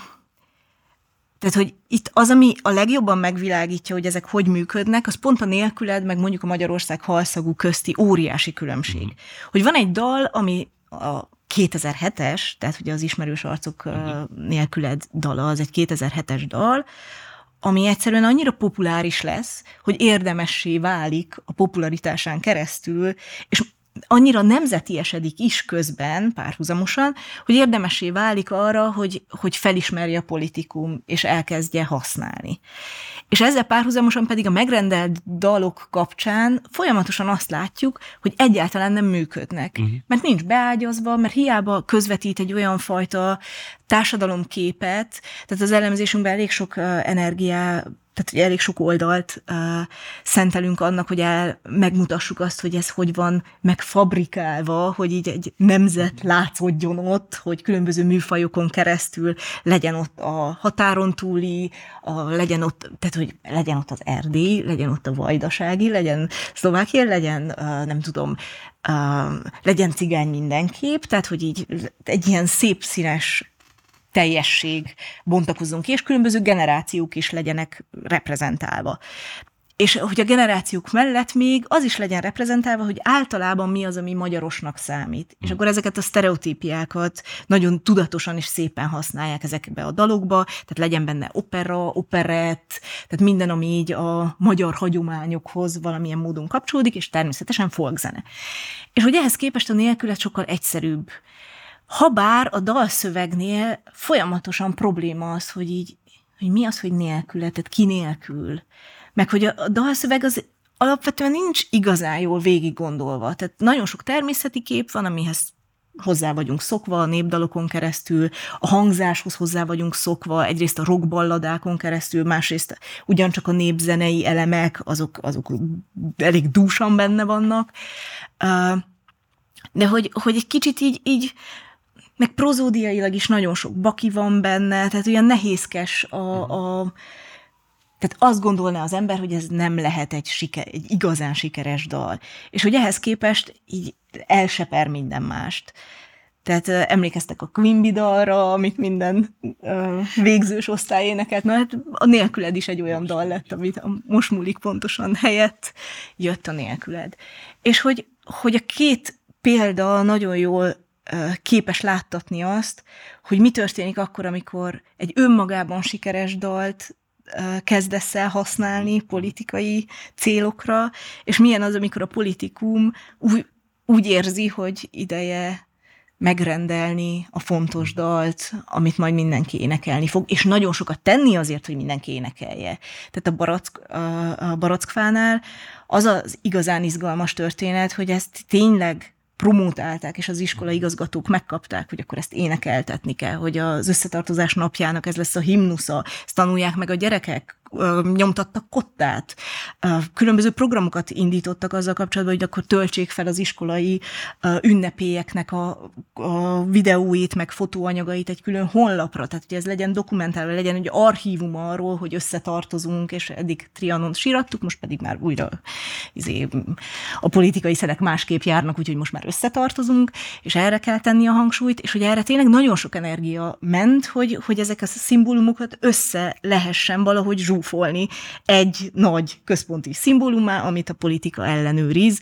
tehát hogy itt az, ami a legjobban megvilágítja, hogy ezek hogy működnek, az pont a nélküled, meg mondjuk a Magyarország halszagú közti óriási különbség. Mm. Hogy van egy dal, ami a kétezer-hetes, tehát ugye az Ismerős arcok nélküled dala, az egy kétezer-hetes dal, ami egyszerűen annyira populáris lesz, hogy érdemessé válik a popularitásán keresztül, és annyira nemzetiesedik is közben, párhuzamosan, hogy érdemessé válik arra, hogy, hogy felismerje a politikum, és elkezdje használni. És ezzel párhuzamosan pedig a megrendelt dalok kapcsán folyamatosan azt látjuk, hogy egyáltalán nem működnek. Uh-huh. Mert nincs beágyazva, mert hiába közvetít egy olyan fajta társadalomképet, tehát az elemzésünkben elég sok uh, energiá, tehát hogy elég sok oldalt uh, szentelünk annak, hogy el, megmutassuk azt, hogy ez hogy van megfabrikálva, hogy így egy nemzet látszódjon ott, hogy különböző műfajokon keresztül legyen ott a határon túli, a, legyen ott, tehát hogy legyen ott az erdély, legyen ott a vajdasági, legyen Szlovákia, legyen, uh, nem tudom, uh, legyen cigány mindenképp, tehát hogy így egy ilyen szép színes teljesség bontakozzon ki, és különböző generációk is legyenek reprezentálva. És hogy a generációk mellett még az is legyen reprezentálva, hogy általában mi az, ami magyarosnak számít. És akkor ezeket a sztereotípiákat nagyon tudatosan és szépen használják ezekbe a dalokba, tehát legyen benne opera, operett, tehát minden, ami így a magyar hagyományokhoz valamilyen módon kapcsolódik, és természetesen folkzene. És hogy ehhez képest a nélkület sokkal egyszerűbb. Habár a dalszövegnél folyamatosan probléma az, hogy így, hogy mi az, hogy nélküle, tehát ki nélkül. Meg hogy a, a dalszöveg az alapvetően nincs igazán jól végig gondolva. Tehát nagyon sok természeti kép van, amihez hozzá vagyunk szokva a népdalokon keresztül, a hangzáshoz hozzá vagyunk szokva, egyrészt a rockballadákon keresztül, másrészt ugyancsak a népzenei elemek, azok, azok elég dúsan benne vannak. De hogy, hogy egy kicsit így, így meg prozódiailag is nagyon sok baki van benne, tehát olyan nehézkes a, a... Tehát azt gondolná az ember, hogy ez nem lehet egy, siker, egy igazán sikeres dal. És hogy ehhez képest így elseper minden mást. Tehát uh, emlékeztek a Quimby dalra, amit minden uh, végzős osztály énekelt. Na hát a nélküled is egy olyan dal lett, amit a Most múlik pontosan helyett jött a nélküled. És hogy, hogy a két példa nagyon jól képes láttatni azt, hogy mi történik akkor, amikor egy önmagában sikeres dalt kezdesz el használni politikai célokra, és milyen az, amikor a politikum úgy, úgy érzi, hogy ideje megrendelni a fontos dalt, amit majd mindenki énekelni fog, és nagyon sokat tenni azért, hogy mindenki énekelje. Tehát a, Barack, a Barackfánál az az igazán izgalmas történet, hogy ezt tényleg promótálták, és az iskola igazgatók megkapták, hogy akkor ezt énekeltetni kell, hogy az összetartozás napjának ez lesz a himnusza, ezt tanulják meg a gyerekek, nyomtattak kottát, különböző programokat indítottak azzal kapcsolatban, hogy akkor töltsék fel az iskolai ünnepélyeknek a, a videóit, meg fotóanyagait egy külön honlapra, tehát hogy ez legyen dokumentálva, legyen egy archívum arról, hogy összetartozunk, és eddig Trianont sírattuk, most pedig már újra izé, a politikai szelek másképp járnak, úgyhogy most már összetartozunk, és erre kell tenni a hangsúlyt, és hogy erre tényleg nagyon sok energia ment, hogy, hogy ezek a szimbólumokat össze lehessen valahogy zsúfolni egy nagy központi szimbólumá, amit a politika ellenőriz.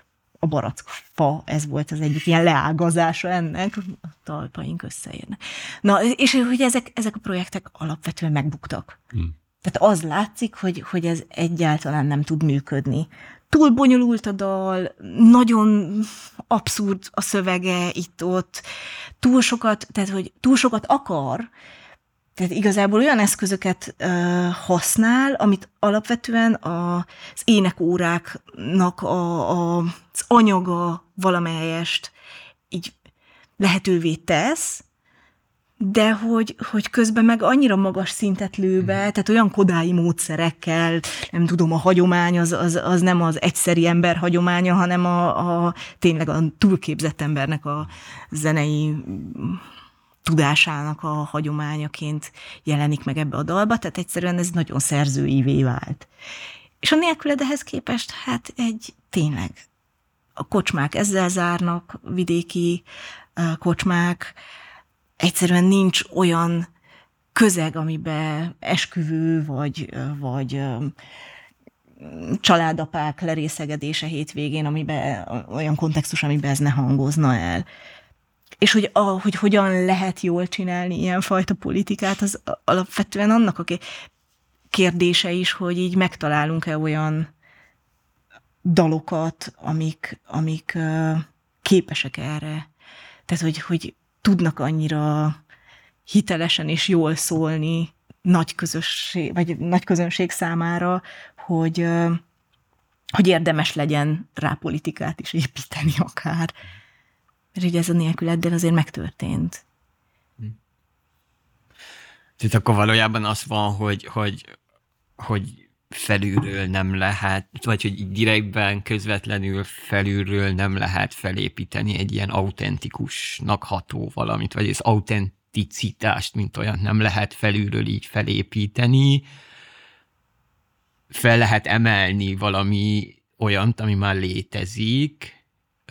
A barackfa, ez volt az egyik ilyen leágazása ennek, a talpaink összeérnek. Na, és hogy ezek, ezek a projektek alapvetően megbuktak. Hmm. Tehát az látszik, hogy, hogy ez egyáltalán nem tud működni. Túl bonyolult a dal, nagyon abszurd a szövege itt-ott, túl sokat, tehát hogy túl sokat akar, tehát igazából olyan eszközöket uh, használ, amit alapvetően az énekóráknak a, a, az anyaga valamelyest így lehetővé tesz, de hogy, hogy közben meg annyira magas szintet lő be, tehát olyan kodái módszerekkel, nem tudom, a hagyomány az, az, az nem az egyszeri ember hagyománya, hanem a, a tényleg a túlképzett embernek a zenei tudásának a hagyományaként jelenik meg ebbe a dalba, tehát egyszerűen ez nagyon szerzőivé vált. És a Nélküled ehhez képest, hát egy tényleg a kocsmák ezzel zárnak, vidéki kocsmák, egyszerűen nincs olyan közeg, amiben esküvő, vagy, vagy családapák lerészegedése hétvégén, amiben olyan kontextus, amiben ez ne hangozna el. És hogy, a, hogy hogyan lehet jól csinálni ilyenfajta politikát, az alapvetően annak a kérdése is, hogy így megtalálunk-e olyan dalokat, amik, amik képesek erre. Tehát, hogy, hogy tudnak annyira hitelesen és jól szólni nagy közösség, vagy nagy közönség számára, hogy, hogy érdemes legyen rá politikát is építeni akár. Mert ugye ez a Nélküleddel azért megtörtént. Tehát akkor valójában az van, hogy, hogy, hogy felülről nem lehet, vagy hogy direktben, közvetlenül felülről nem lehet felépíteni egy ilyen autentikusnak ható valamit, vagy az autenticitást, mint olyan nem lehet felülről így felépíteni. Fel lehet emelni valami olyant, ami már létezik,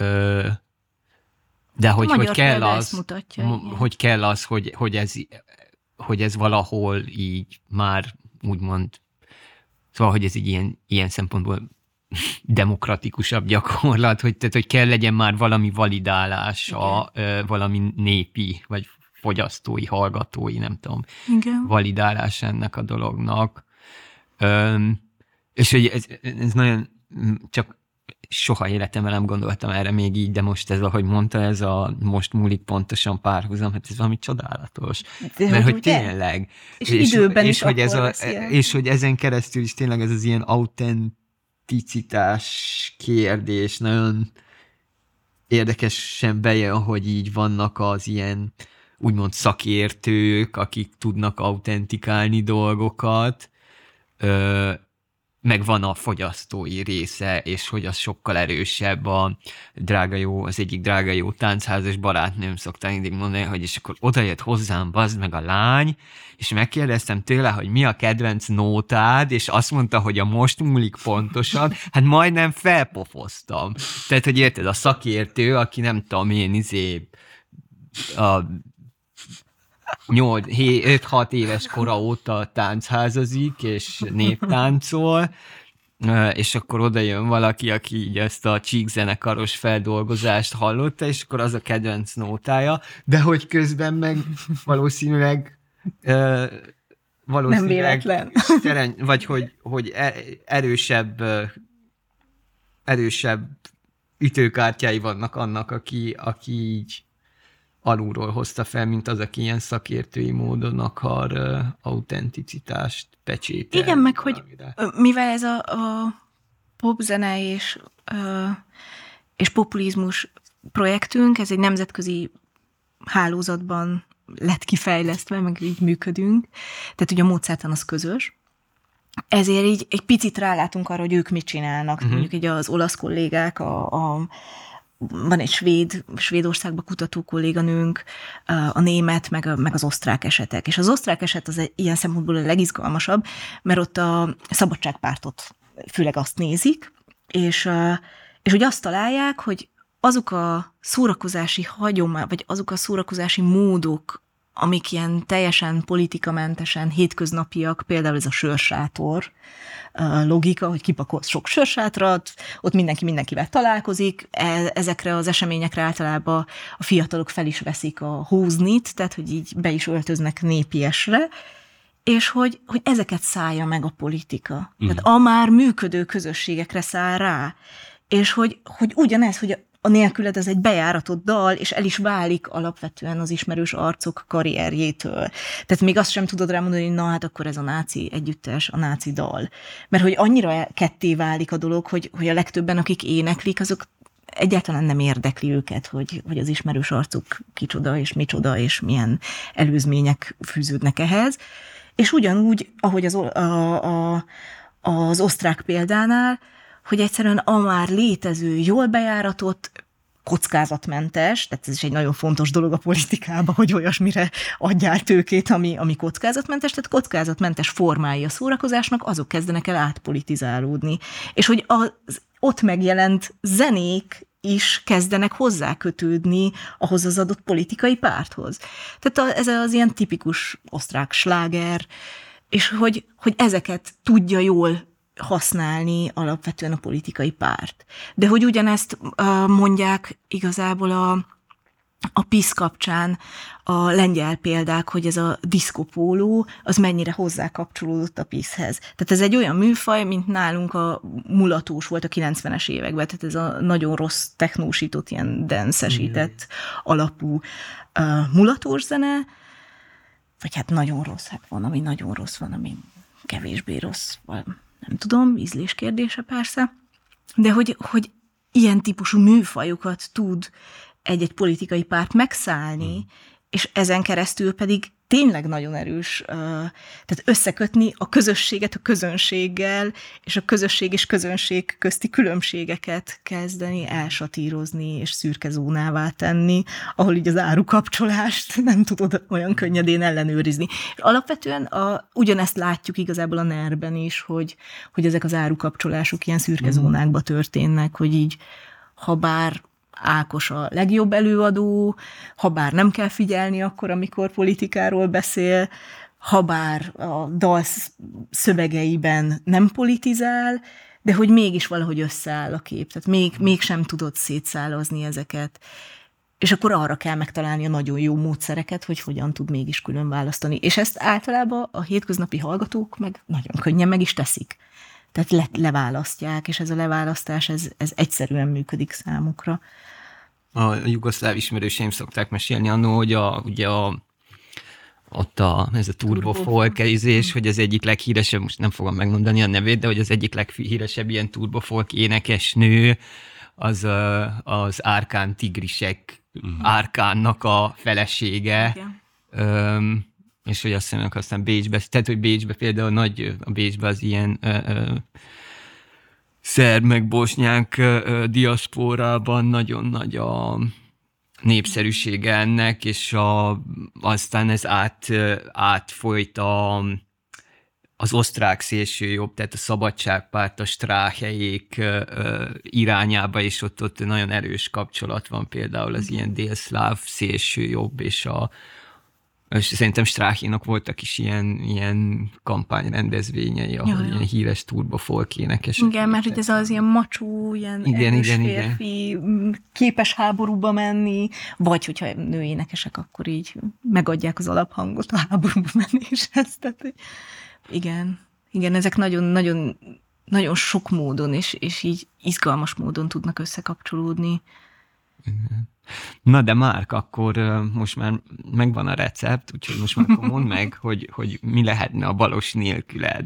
de hogy, hogy kell az, mutatja, hogy kell az, hogy, hogy, ez, hogy ez valahol így már úgymond, szóval, hogy ez egy ilyen, ilyen szempontból demokratikusabb gyakorlat, hogy, tehát, hogy kell legyen már valami validálása, igen, valami népi, vagy fogyasztói, hallgatói, nem tudom, igen, validálás ennek a dolognak. Öm, és hogy ez, ez nagyon, csak soha életemben nem gondoltam erre még így, de most ez, ahogy mondta, ez a most múlik pontosan párhuzam, hát ez valami csodálatos. De mert hogy ugye? Tényleg. És, és időben és, is hogy ez a, és hogy ezen keresztül is tényleg ez az ilyen autenticitás kérdés nagyon érdekesen bejön, hogy így vannak az ilyen úgymond szakértők, akik tudnak autentikálni dolgokat, ö, meg van a fogyasztói része, és hogy az sokkal erősebb. A drága jó, az egyik drága jó táncházas barátnőm szokta mindig mondani, hogy és akkor odajött hozzám, bazd meg a lány, és megkérdeztem tőle, hogy mi a kedvenc nótád, és azt mondta, hogy a most múlik pontosan, hát majdnem felpofoztam. Tehát, hogy érted, a szakértő, aki nem tudom én, izé, a öt-hat éves kora óta táncházazik, és néptáncol, és akkor oda jön valaki, aki így ezt a csíkzenekaros feldolgozást hallotta, és akkor az a kedvenc nótája, de hogy közben meg valószínűleg valószínűleg nem véletlen. Teren, vagy hogy, hogy erősebb erősebb ütőkártyái vannak annak, aki, aki így alulról hozta fel, mint az, aki ilyen szakértői módon akar uh, autenticitást pecsételni. Igen, meg hogy mivel ez a, a popzene és, uh, és populizmus projektünk, ez egy nemzetközi hálózatban lett kifejlesztve, meg így működünk, tehát ugye a módszertan az közös, ezért így egy picit rálátunk arra, hogy ők mit csinálnak. Uh-huh. Mondjuk így az olasz kollégák, a, a van egy svéd, Svédországban kutató kolléganőnk, a német, meg, a, meg az osztrák esetek. És az osztrák eset az egy, ilyen szempontból a legizgalmasabb, mert ott a szabadságpártot főleg azt nézik, és, és hogy azt találják, hogy azok a szórakozási hagyomány, vagy azok a szórakozási módok, amik ilyen teljesen politikamentesen hétköznapiak, például ez a sörsátor logika, hogy kipakolsz sok sörsátrat, ott mindenki mindenkivel találkozik, ezekre az eseményekre általában a fiatalok fel is veszik a hóznit, tehát hogy így be is öltöznek népiesre, és hogy, hogy ezeket szállja meg a politika. Mm. Tehát a már működő közösségekre száll rá. És hogy, hogy ugyanez, hogy a Nélküled ez egy bejáratott dal, és el is válik alapvetően az ismerős arcok karrierjétől. Tehát még azt sem tudod rámondani, hogy na hát akkor ez a náci együttes, a náci dal. Mert hogy annyira ketté válik a dolog, hogy, hogy a legtöbben, akik éneklik, azok egyáltalán nem érdekli őket, hogy, hogy az ismerős arcok kicsoda, és micsoda, és milyen előzmények fűződnek ehhez. És ugyanúgy, ahogy az, a, a, az osztrák példánál, hogy egyszerűen a már létező, jól bejáratott, kockázatmentes, tehát ez is egy nagyon fontos dolog a politikában, hogy olyasmire adjál tőkét, ami, ami kockázatmentes, tehát kockázatmentes formái a szórakozásnak, azok kezdenek el átpolitizálódni. És hogy az ott megjelent zenék is kezdenek hozzákötődni ahhoz az adott politikai párthoz. Tehát ez az ilyen tipikus osztrák sláger, és hogy, hogy ezeket tudja jól használni alapvetően a politikai párt. De hogy ugyanezt uh, mondják igazából a, a PiS kapcsán a lengyel példák, hogy ez a diszkopóló, az mennyire hozzákapcsolódott a PiS-hez. Tehát ez egy olyan műfaj, mint nálunk a mulatós volt a kilencvenes években, tehát ez a nagyon rossz technósított, ilyen dancesített alapú uh, mulatós zene, vagy hát nagyon rossz, hát van, ami nagyon rossz, van, ami kevésbé rossz, nem tudom, ízlés kérdése persze, de hogy, hogy ilyen típusú műfajokat tud egy-egy politikai párt megszállni, hmm. és ezen keresztül pedig tényleg nagyon erős, tehát összekötni a közösséget a közönséggel, és a közösség és közönség közti különbségeket kezdeni elsatírozni, és szürke zónává tenni, ahol így az árukapcsolást nem tudod olyan könnyedén ellenőrizni. És alapvetően a, ugyanezt látjuk igazából a nerben is, hogy, hogy ezek az árukapcsolások ilyen szürke zónákba történnek, hogy így, ha bár Ákos a legjobb előadó, ha bár nem kell figyelni akkor, amikor politikáról beszél, ha bár a dal szövegeiben nem politizál, de hogy mégis valahogy összeáll a kép. Tehát még, mégsem tudod szétszálazni ezeket. És akkor arra kell megtalálni a nagyon jó módszereket, hogy hogyan tud mégis külön választani. És ezt általában a hétköznapi hallgatók meg nagyon könnyen meg is teszik. Tehát le, leválasztják, és ez a leválasztás, ez, ez egyszerűen működik számukra. A jugoszláv ismerőseim szokták mesélni annól, hogy a, ugye a, ott a, ez a turbofolkezés, hogy az egyik leghíresebb, most nem fogom megmondani a nevét, de hogy az egyik leghíresebb ilyen turbofolk énekesnő, az az Árkán Tigrisek, uh-huh. Árkánnak a felesége. Öm, és hogy azt hiszem, aztán Bécsbe, tehát, hogy Bécsbe például nagy, a Bécsbe az ilyen ö, ö, szerb meg bosnyák ö, diaszpórában nagyon nagy a népszerűsége ennek, és a, aztán ez át, átfolyt a, az osztrák szélsőjobb, tehát a Szabadságpárt, a Stráhelyék ö, irányába, és ott, ott nagyon erős kapcsolat van például az ilyen délszláv szélsőjobb, és a és szerintem Stráhénak voltak is ilyen, ilyen kampányrendezvényei, ahol Jaj. ilyen híres turbofolk énekesek. Igen, mert hogy ez az ilyen macsó, ilyen igen, erős igen, férfi, igen. képes háborúba menni, vagy hogyha nőénekesek, akkor így megadják az alaphangot a háborúba menéshez. Tehát, igen, igen, ezek nagyon, nagyon, nagyon sok módon, és, és így izgalmas módon tudnak összekapcsolódni. Igen. Na de Márk, akkor most már megvan a recept, úgyhogy most már akkor mondd meg, hogy, hogy mi lehetne a balos nélküled.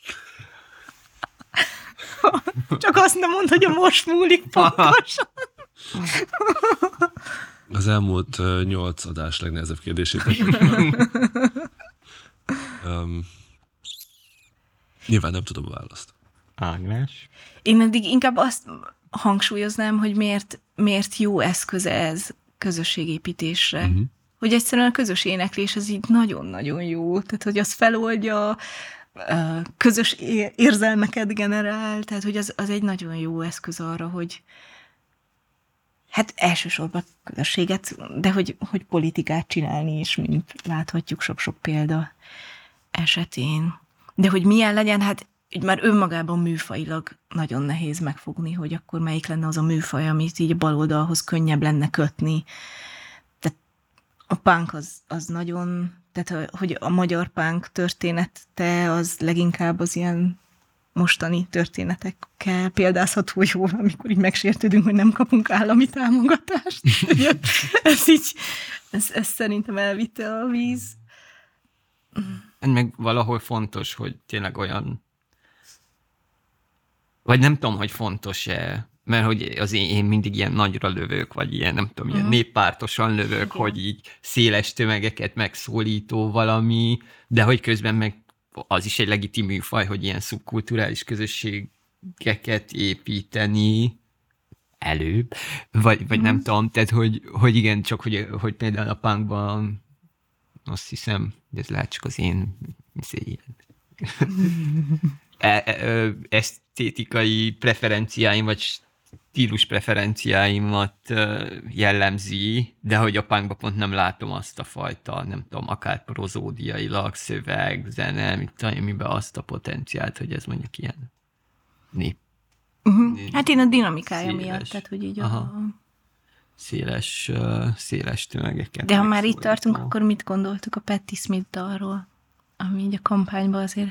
Csak azt nem mondd, hogy a most múlik pontosan. Az elmúlt nyolc adás legnehezebb kérdését. um, nyilván nem tudom a választ. Ágnes? Én eddig inkább azt hangsúlyoznám, hogy miért, miért jó eszköz ez közösségépítésre. Uh-huh. Hogy egyszerűen a közös éneklés az így nagyon-nagyon jó. Tehát, hogy az feloldja, közös érzelmeket generál, tehát, hogy az, az egy nagyon jó eszköz arra, hogy hát elsősorban közösséget, de hogy, hogy politikát csinálni is, mint láthatjuk sok-sok példa esetén. De hogy milyen legyen, hát így már önmagában műfajilag nagyon nehéz megfogni, hogy akkor melyik lenne az a műfaj, amit így a baloldalhoz könnyebb lenne kötni. Tehát a punk az, az nagyon, tehát hogy a magyar punk története az leginkább az ilyen mostani történetekkel példázható jól, amikor így megsértődünk, hogy nem kapunk állami támogatást. ez így, ez, ez szerintem elvitte a víz. Meg valahol fontos, hogy tényleg olyan vagy nem tudom, hogy fontos-e, mert hogy az én, én mindig ilyen nagyra lövök, vagy ilyen, nem tudom, ilyen uh-huh. néppártosan lövök, okay. hogy így széles tömegeket megszólító valami, de hogy közben meg az is egy legitim műfaj, hogy ilyen szubkulturális közösségeket építeni, előbb, vagy, vagy mm. nem tudom, tehát hogy, hogy igen, csak hogy, hogy például a punkban azt hiszem, de ez lehet csak az én ilyen e, e, esztétikai preferenciáim, vagy stílus preferenciáimat jellemzi, de hogy a punkban pont nem látom azt a fajta, nem tudom, akár prozódiailag, szöveg, zene, mit tudom, amiben azt a potenciált, hogy ez mondjuk ilyen nép. Uh-huh. Hát én a dinamikája széles, miatt, tehát hogy így aha, a... Széles, széles tömegeket. De ha már itt tartunk, akkor mit gondoltuk a Patti Smith dalról, ami így a kampányban azért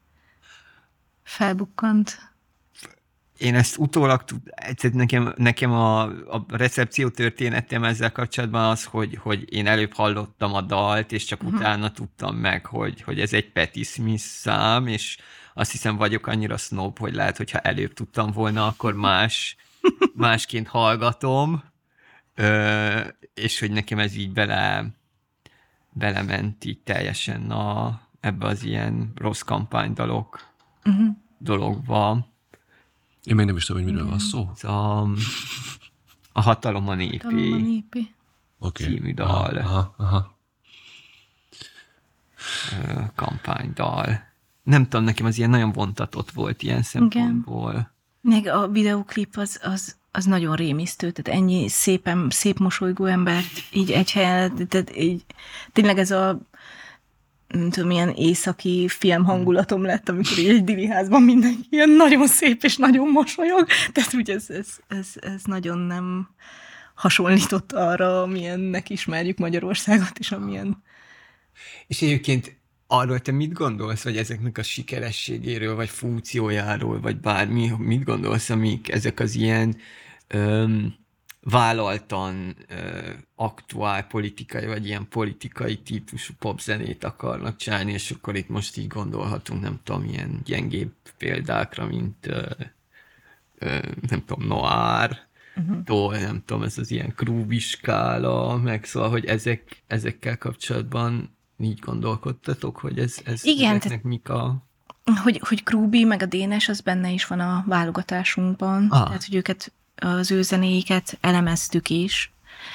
felbukkant? Én ezt utólag tud, nekem, nekem a, a recepció történetem ezzel kapcsolatban az, hogy, hogy én előbb hallottam a dalt, és csak uh-huh. utána tudtam meg, hogy, hogy ez egy Patti Smith szám, és azt hiszem vagyok annyira snob, hogy lehet, hogyha előbb tudtam volna, akkor más, másként hallgatom, Ö, és hogy nekem ez így bele, belement így teljesen a, ebbe az ilyen rossz kampánydalok uh-huh. dologba. Én még nem is tudom, hogy miről van szó. A, a Hatalom a népé, Hatalom a népé. Okay. című dal. Aha, aha. Ö, kampánydal. Nem tudom, nekem az ilyen nagyon vontatott volt ilyen szempontból. Igen. Meg a videóklip az, az, az nagyon rémisztő, tehát ennyi szépen, szép mosolygó embert így egy helyen, tehát így, tényleg ez a nem tudom, milyen északi film hangulatom lett, amikor így egy diviházban mindenki ilyen nagyon szép és nagyon mosolyog, tehát úgy ez, ez, ez, ez nagyon nem hasonlított arra, amilyennek ismerjük Magyarországot, és amilyen... És egyébként arról te mit gondolsz, vagy ezeknek a sikerességéről, vagy funkciójáról, vagy bármi, mit gondolsz, amik ezek az ilyen öm, vállaltan ö, aktuál politikai, vagy ilyen politikai típusú popzenét akarnak csinálni, és akkor itt most így gondolhatunk, nem tudom, ilyen gyengébb példákra, mint ö, ö, nem tudom, Noir, uh-huh. tól, nem tudom, ez az ilyen krúbiskála, meg szóval, hogy ezek, ezekkel kapcsolatban így gondolkodtatok, hogy ez, ez igen, ezeknek te... mik a... Hogy, hogy Krúbi meg a Dénes, az benne is van a válogatásunkban, ah. tehát, hogy őket, az ő zenéiket elemeztük is.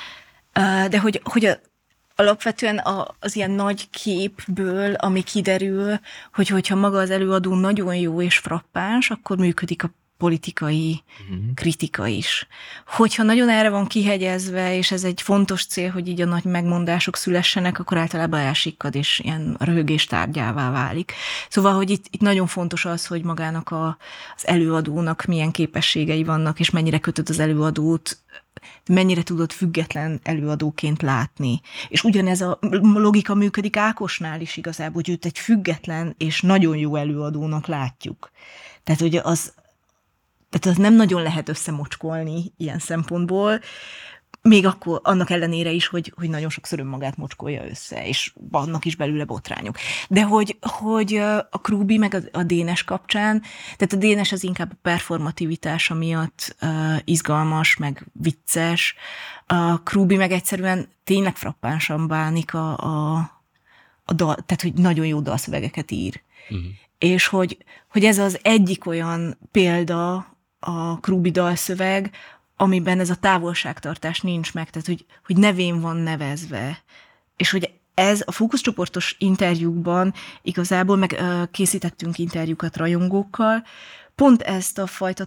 De hogy, hogy a, alapvetően a, az ilyen nagy képből, ami kiderül, hogy hogyha maga az előadó nagyon jó és frappáns, akkor működik a politikai uh-huh. kritika is. Hogyha nagyon erre van kihegyezve, és ez egy fontos cél, hogy így a nagy megmondások szülessenek, akkor általában elsikkad, és ilyen röhögés tárgyává válik. Szóval, hogy itt, itt nagyon fontos az, hogy magának a, az előadónak milyen képességei vannak, és mennyire kötöd az előadót, mennyire tudod független előadóként látni. És ugyanez a logika működik Ákosnál is igazából, hogy őt egy független és nagyon jó előadónak látjuk. Tehát, hogy az Tehát az nem nagyon lehet összemocskolni ilyen szempontból, még akkor annak ellenére is, hogy, hogy nagyon sokszor önmagát mocskolja össze, és vannak is belőle botrányok. De hogy, hogy a Krúbi meg a, a Dénes kapcsán, tehát a Dénes az inkább a performativitása miatt uh, izgalmas, meg vicces, a Krúbi meg egyszerűen tényleg frappánsan bánik a, a, a dal, tehát hogy nagyon jó dalszövegeket ír. Uh-huh. És hogy, hogy ez az egyik olyan példa, a Krúbi dalszöveg, amiben ez a távolságtartás nincs meg, tehát hogy, hogy nevén van nevezve. És hogy ez a fókuszcsoportos interjúkban igazából, meg uh, készítettünk interjúkat rajongókkal, pont ezt a fajta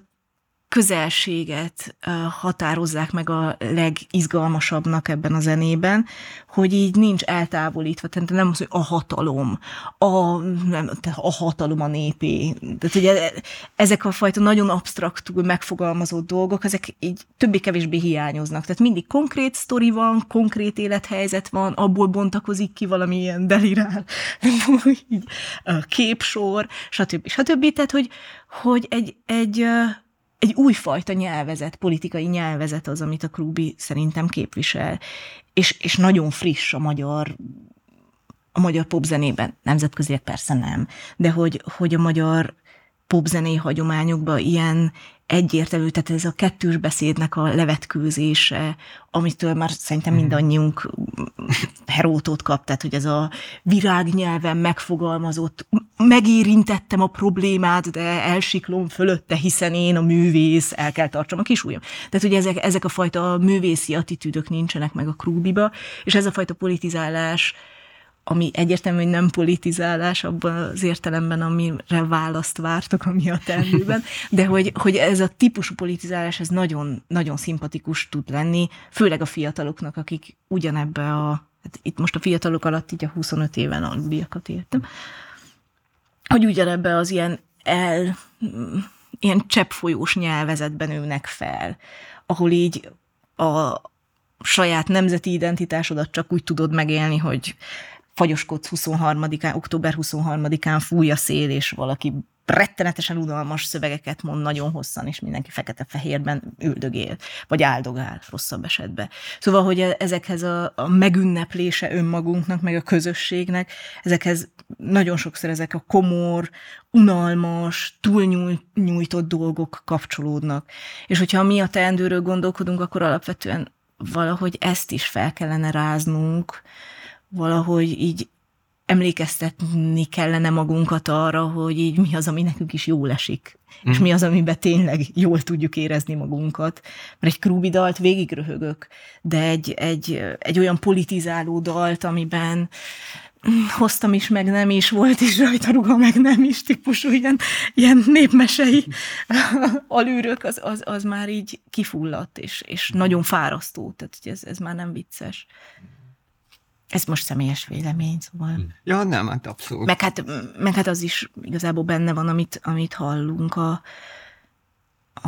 közelséget uh, határozzák meg a legizgalmasabbnak ebben a zenében, hogy így nincs eltávolítva, tehát nem az, hogy a hatalom, a, nem, a hatalom a népé. Tehát ugye ezek a fajta nagyon absztraktul megfogalmazott dolgok, ezek így többé-kevésbé hiányoznak. Tehát mindig konkrét sztori van, konkrét élethelyzet van, abból bontakozik ki valami ilyen delirál, így, képsor, stb. stb. Tehát, hogy, hogy egy, egy egy újfajta nyelvezet, politikai nyelvezet az, amit a Krúbi szerintem képvisel. És, és nagyon friss a magyar, a magyar popzenében. Nemzetközileg persze nem. De hogy, hogy a magyar popzenei hagyományokban ilyen egyértelmű, tehát ez a kettős beszédnek a levetkőzése, amitől már szerintem mindannyiunk Herótót kap, tehát hogy ez a virágnyelven megfogalmazott, megérintettem a problémát, de elsiklom fölötte, hiszen én a művész, el kell tartsam a kis ujjam. Tehát, hogy ezek, ezek a fajta művészi attitűdök nincsenek meg a Krúbiba, és ez a fajta politizálás, ami egyértelmű, hogy nem politizálás abban az értelemben, amire választ vártok a Mi a teendőben, de hogy, hogy ez a típusú politizálás, ez nagyon, nagyon szimpatikus tud lenni, főleg a fiataloknak, akik ugyanebbe a, hát itt most a fiatalok alatt így a huszonöt éven aluliakat értem, hogy ugyanebbe az ilyen el, ilyen cseppfolyós nyelvezetben nőnek fel, ahol így a saját nemzeti identitásodat csak úgy tudod megélni, hogy fagyoskodsz huszonharmadikán, október huszonharmadikán fúj a szél, és valaki rettenetesen unalmas szövegeket mond nagyon hosszan, és mindenki fekete-fehérben üldögél, vagy áldogál rosszabb esetben. Szóval, hogy ezekhez a, a megünneplése önmagunknak, meg a közösségnek, ezekhez nagyon sokszor ezek a komor, unalmas, túlnyújtott dolgok kapcsolódnak. És hogyha mi a teendőről gondolkodunk, akkor alapvetően valahogy ezt is fel kellene ráznunk, valahogy így emlékeztetni kellene magunkat arra, hogy így mi az, ami nekünk is jól esik, mm. és mi az, amiben tényleg jól tudjuk érezni magunkat. Mert egy Krúbi dalt végig röhögök, de egy, egy, egy olyan politizáló dalt, amiben hoztam is, meg nem is, volt is rajta ruha, meg nem is, típusú ilyen, ilyen népmesei alűrök, az, az, az már így kifulladt, és, és nagyon fárasztó, tehát ez, ez már nem vicces. Ez most személyes vélemény, szóval. Ja, nem, hát abszolút. Meg hát, meg hát az is igazából benne van, amit, amit hallunk a, a,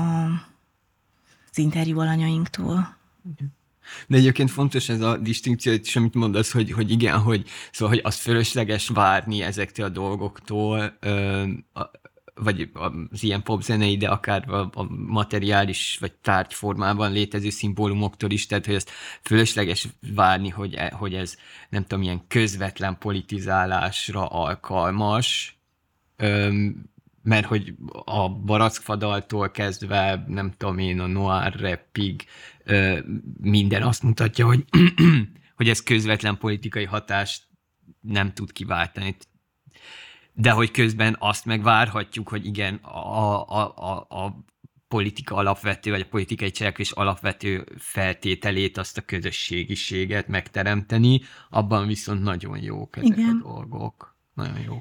az interjú alanyainktól. De egyébként fontos ez a distinkció, és amit mondasz, hogy, hogy igen, hogy, szóval, hogy az fölösleges várni ezektől a dolgoktól, ö, a, vagy az ilyen popzenei, de akár a, a materiális vagy tárgyformában létező szimbólumoktól is, tehát hogy ezt fölösleges várni, hogy, hogy ez nem tudom, ilyen közvetlen politizálásra alkalmas, öm, mert hogy a barackfadaltól kezdve, nem tudom én, a noir rapig ö, minden azt mutatja, hogy, hogy ez közvetlen politikai hatást nem tud kiváltani. De hogy közben azt megvárhatjuk, hogy igen, a, a, a, a politika alapvető, vagy a politikai cselekvés alapvető feltételét, azt a közösségiséget megteremteni, abban viszont nagyon jók ezek igen. a dolgok. Nagyon jó.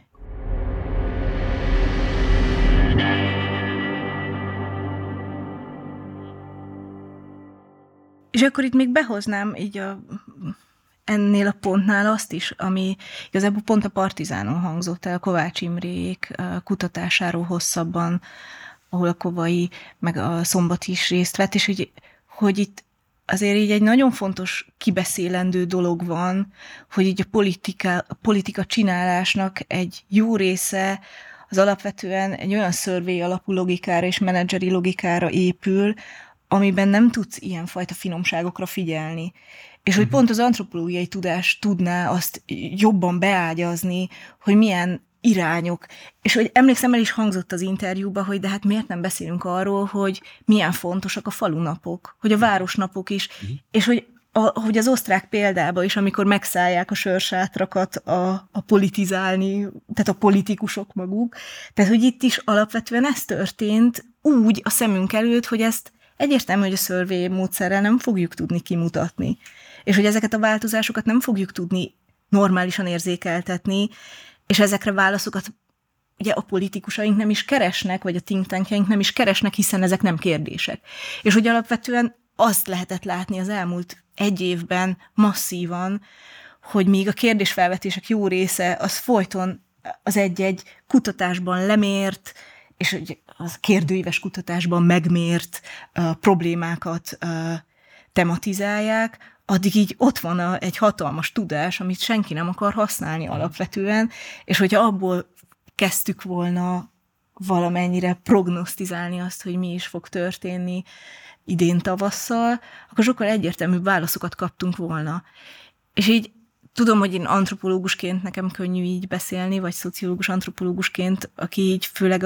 És akkor itt még behoznám így a... ennél a pontnál azt is, ami igazából pont a Partizánon hangzott el, Kovács Imrék kutatásáról hosszabban, ahol a Kovai meg a Szombati is részt vett, és hogy, hogy itt azért így egy nagyon fontos kibeszélendő dolog van, hogy így a politika, a politika csinálásnak egy jó része az alapvetően egy olyan survey alapú logikára és menedzseri logikára épül, amiben nem tudsz ilyenfajta finomságokra figyelni. És hogy pont az antropológiai tudás tudná azt jobban beágyazni, hogy milyen irányok. És hogy emlékszem, el is hangzott az interjúba, hogy de hát miért nem beszélünk arról, hogy milyen fontosak a falunapok, hogy a városnapok is, és hogy, a, hogy az osztrák példában is, amikor megszállják a sörsátrakat a, a politizálni, tehát a politikusok maguk. Tehát, hogy itt is alapvetően ez történt úgy a szemünk előtt, hogy ezt egyértelmű, hogy a survey módszerrel nem fogjuk tudni kimutatni. És hogy ezeket a változásokat nem fogjuk tudni normálisan érzékeltetni, és ezekre válaszokat ugye a politikusaink nem is keresnek, vagy a think tankjaink nem is keresnek, hiszen ezek nem kérdések. És hogy alapvetően azt lehetett látni az elmúlt egy évben masszívan, hogy még a kérdésfelvetések jó része az folyton az egy-egy kutatásban lemért, és hogy az kérdőíves kutatásban megmért uh, problémákat uh, tematizálják, addig így ott van a, egy hatalmas tudás, amit senki nem akar használni alapvetően, és hogyha abból kezdtük volna valamennyire prognosztizálni azt, hogy mi is fog történni idén tavasszal, akkor sokkal egyértelműbb válaszokat kaptunk volna. És így tudom, hogy én antropológusként nekem könnyű így beszélni, vagy szociológus antropológusként, aki így főleg a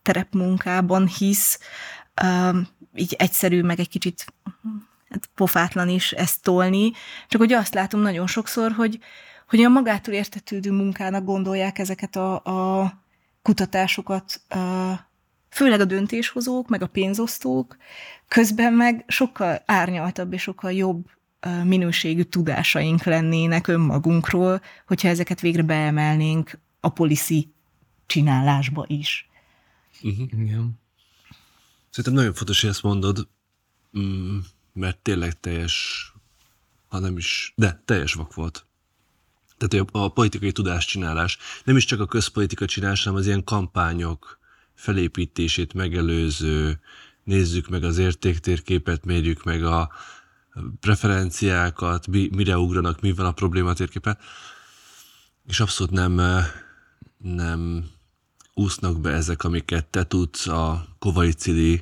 terepmunkában hisz, így egyszerű, meg egy kicsit hát pofátlan is ezt tolni, csak hogy azt látom nagyon sokszor, hogy, hogy a magától értetődő munkának gondolják ezeket a, a kutatásokat, főleg a döntéshozók, meg a pénzosztók, közben meg sokkal árnyaltabb és sokkal jobb minőségű tudásaink lennének önmagunkról, hogyha ezeket végre beemelnénk a policy csinálásba is. Uh-huh. Igen. Szerintem nagyon fontos, hogy ezt mondod, mert tényleg teljes, ha nem is, de teljes vak volt. Tehát a politikai tudáscsinálás, nem is csak a közpolitika csinálás, hanem az ilyen kampányok felépítését megelőző, nézzük meg az értéktérképet, mérjük meg a preferenciákat, mire ugranak, mi van a probléma térképen, és abszolút nem, nem úsznak be ezek, amiket te tudsz, a Kovai Cili,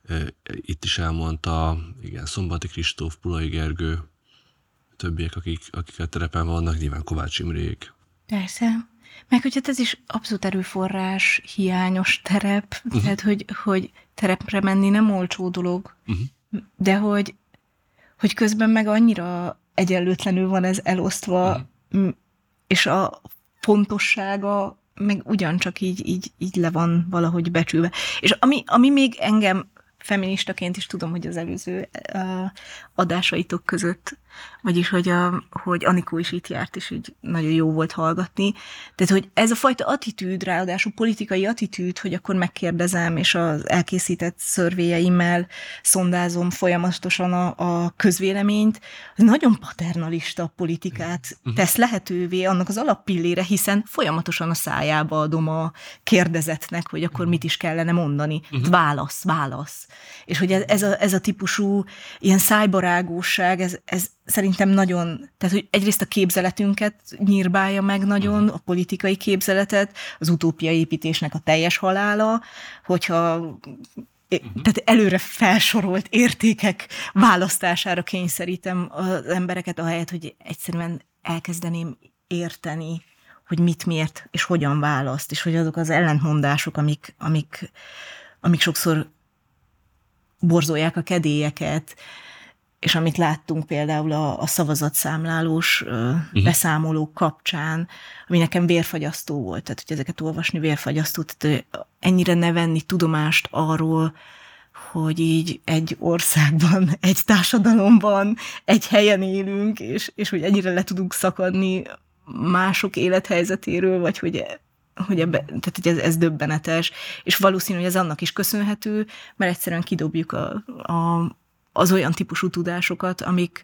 itt is elmondta, igen, Szombati Kristóf, Pulai Gergő, többiek, akik, akik a terepen vannak, nyilván Kovács Imrék. Persze. Meg hogy hát ez is abszolút erőforrás hiányos terep, uh-huh. tehát hogy, hogy terepre menni nem olcsó dolog, uh-huh. de hogy, hogy közben meg annyira egyenlőtlenül van ez elosztva, uh-huh. és a fontossága meg ugyancsak így, így, így le van valahogy becsülve. És ami, ami még engem feministaként is tudom, hogy az előző uh, adásaitok között, vagyis, hogy, a, hogy Anikó is itt járt, és így nagyon jó volt hallgatni. Tehát, hogy ez a fajta attitűd, ráadásul politikai attitűd, hogy akkor megkérdezem, és az elkészített szörvéjeimmel szondázom folyamatosan a, a közvéleményt, az nagyon paternalista politikát tesz lehetővé annak az alappillére, hiszen folyamatosan a szájába adom a kérdezetnek, hogy akkor mit is kellene mondani. Válasz, válasz. És hogy ez, ez, a, ez a típusú ilyen szájbarágóság, ez, ez szerintem nagyon, tehát hogy egyrészt a képzeletünket nyírbálja meg nagyon, a politikai képzeletet, az utópiai építésnek a teljes halála, hogyha tehát előre felsorolt értékek választására kényszerítem az embereket, ahelyett, hogy egyszerűen elkezdeném érteni, hogy mit, miért, és hogyan választ, és hogy azok az ellentmondások, amik, amik, amik sokszor borzolják a kedélyeket, és amit láttunk például a, a szavazatszámlálós uh, beszámolók kapcsán, ami nekem vérfagyasztó volt, tehát hogy ezeket olvasni vérfagyasztó, tehát ennyire ne venni tudomást arról, hogy így egy országban, egy társadalomban, egy helyen élünk, és, és hogy ennyire le tudunk szakadni mások élethelyzetéről, vagy hogy hogy, ebbe, tehát, hogy ez, ez döbbenetes, és valószínű, hogy ez annak is köszönhető, mert egyszerűen kidobjuk a, a, az olyan típusú tudásokat, amik,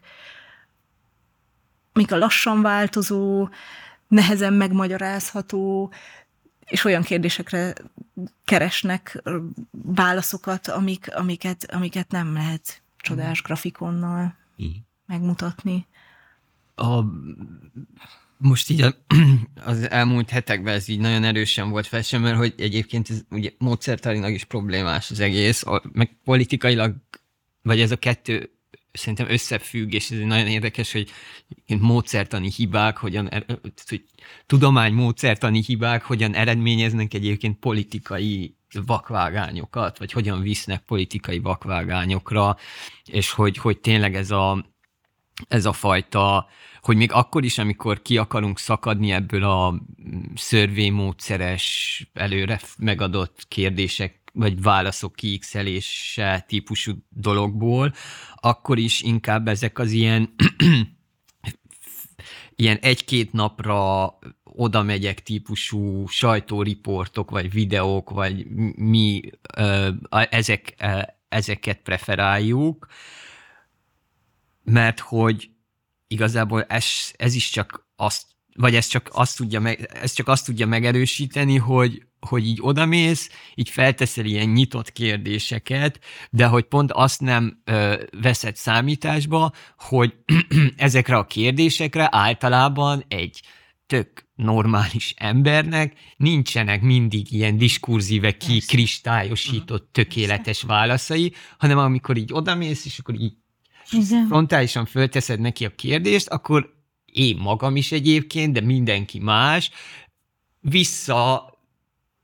amik a lassan változó, nehezen megmagyarázható, és olyan kérdésekre keresnek válaszokat, amik, amiket, amiket nem lehet csodás grafikonnal mm. megmutatni. A... Most így a, az elmúlt hetekben ez így nagyon erősen volt felső, mert hogy egyébként ez ugye módszertanilag is problémás az egész, meg politikailag, vagy ez a kettő szerintem összefügg, és ez nagyon érdekes, hogy módszertani hibák, hogyan, hogy tudomány módszertani hibák hogyan eredményeznek egyébként politikai vakvágányokat, vagy hogyan visznek politikai vakvágányokra, és hogy, hogy tényleg ez a, ez a fajta, hogy még akkor is, amikor ki akarunk szakadni ebből a szörvémódszeres, előre megadott kérdések, vagy válaszok kiixelése típusú dologból, akkor is inkább ezek az ilyen, ilyen egy-két napra oda megyek típusú sajtóriportok, vagy videók, vagy mi ezek, ezeket preferáljuk, mert hogy igazából ez, ez is csak azt, vagy ez csak azt tudja, meg, ez csak azt tudja megerősíteni, hogy, hogy így odamész, így felteszel ilyen nyitott kérdéseket, de hogy pont azt nem ö, veszed számításba, hogy ezekre a kérdésekre általában egy tök normális embernek nincsenek mindig ilyen diskurzíve, kikristályosított, tökéletes válaszai, hanem amikor így odamész, és akkor így frontálisan fölteszed neki a kérdést, akkor én magam is egyébként, de mindenki más vissza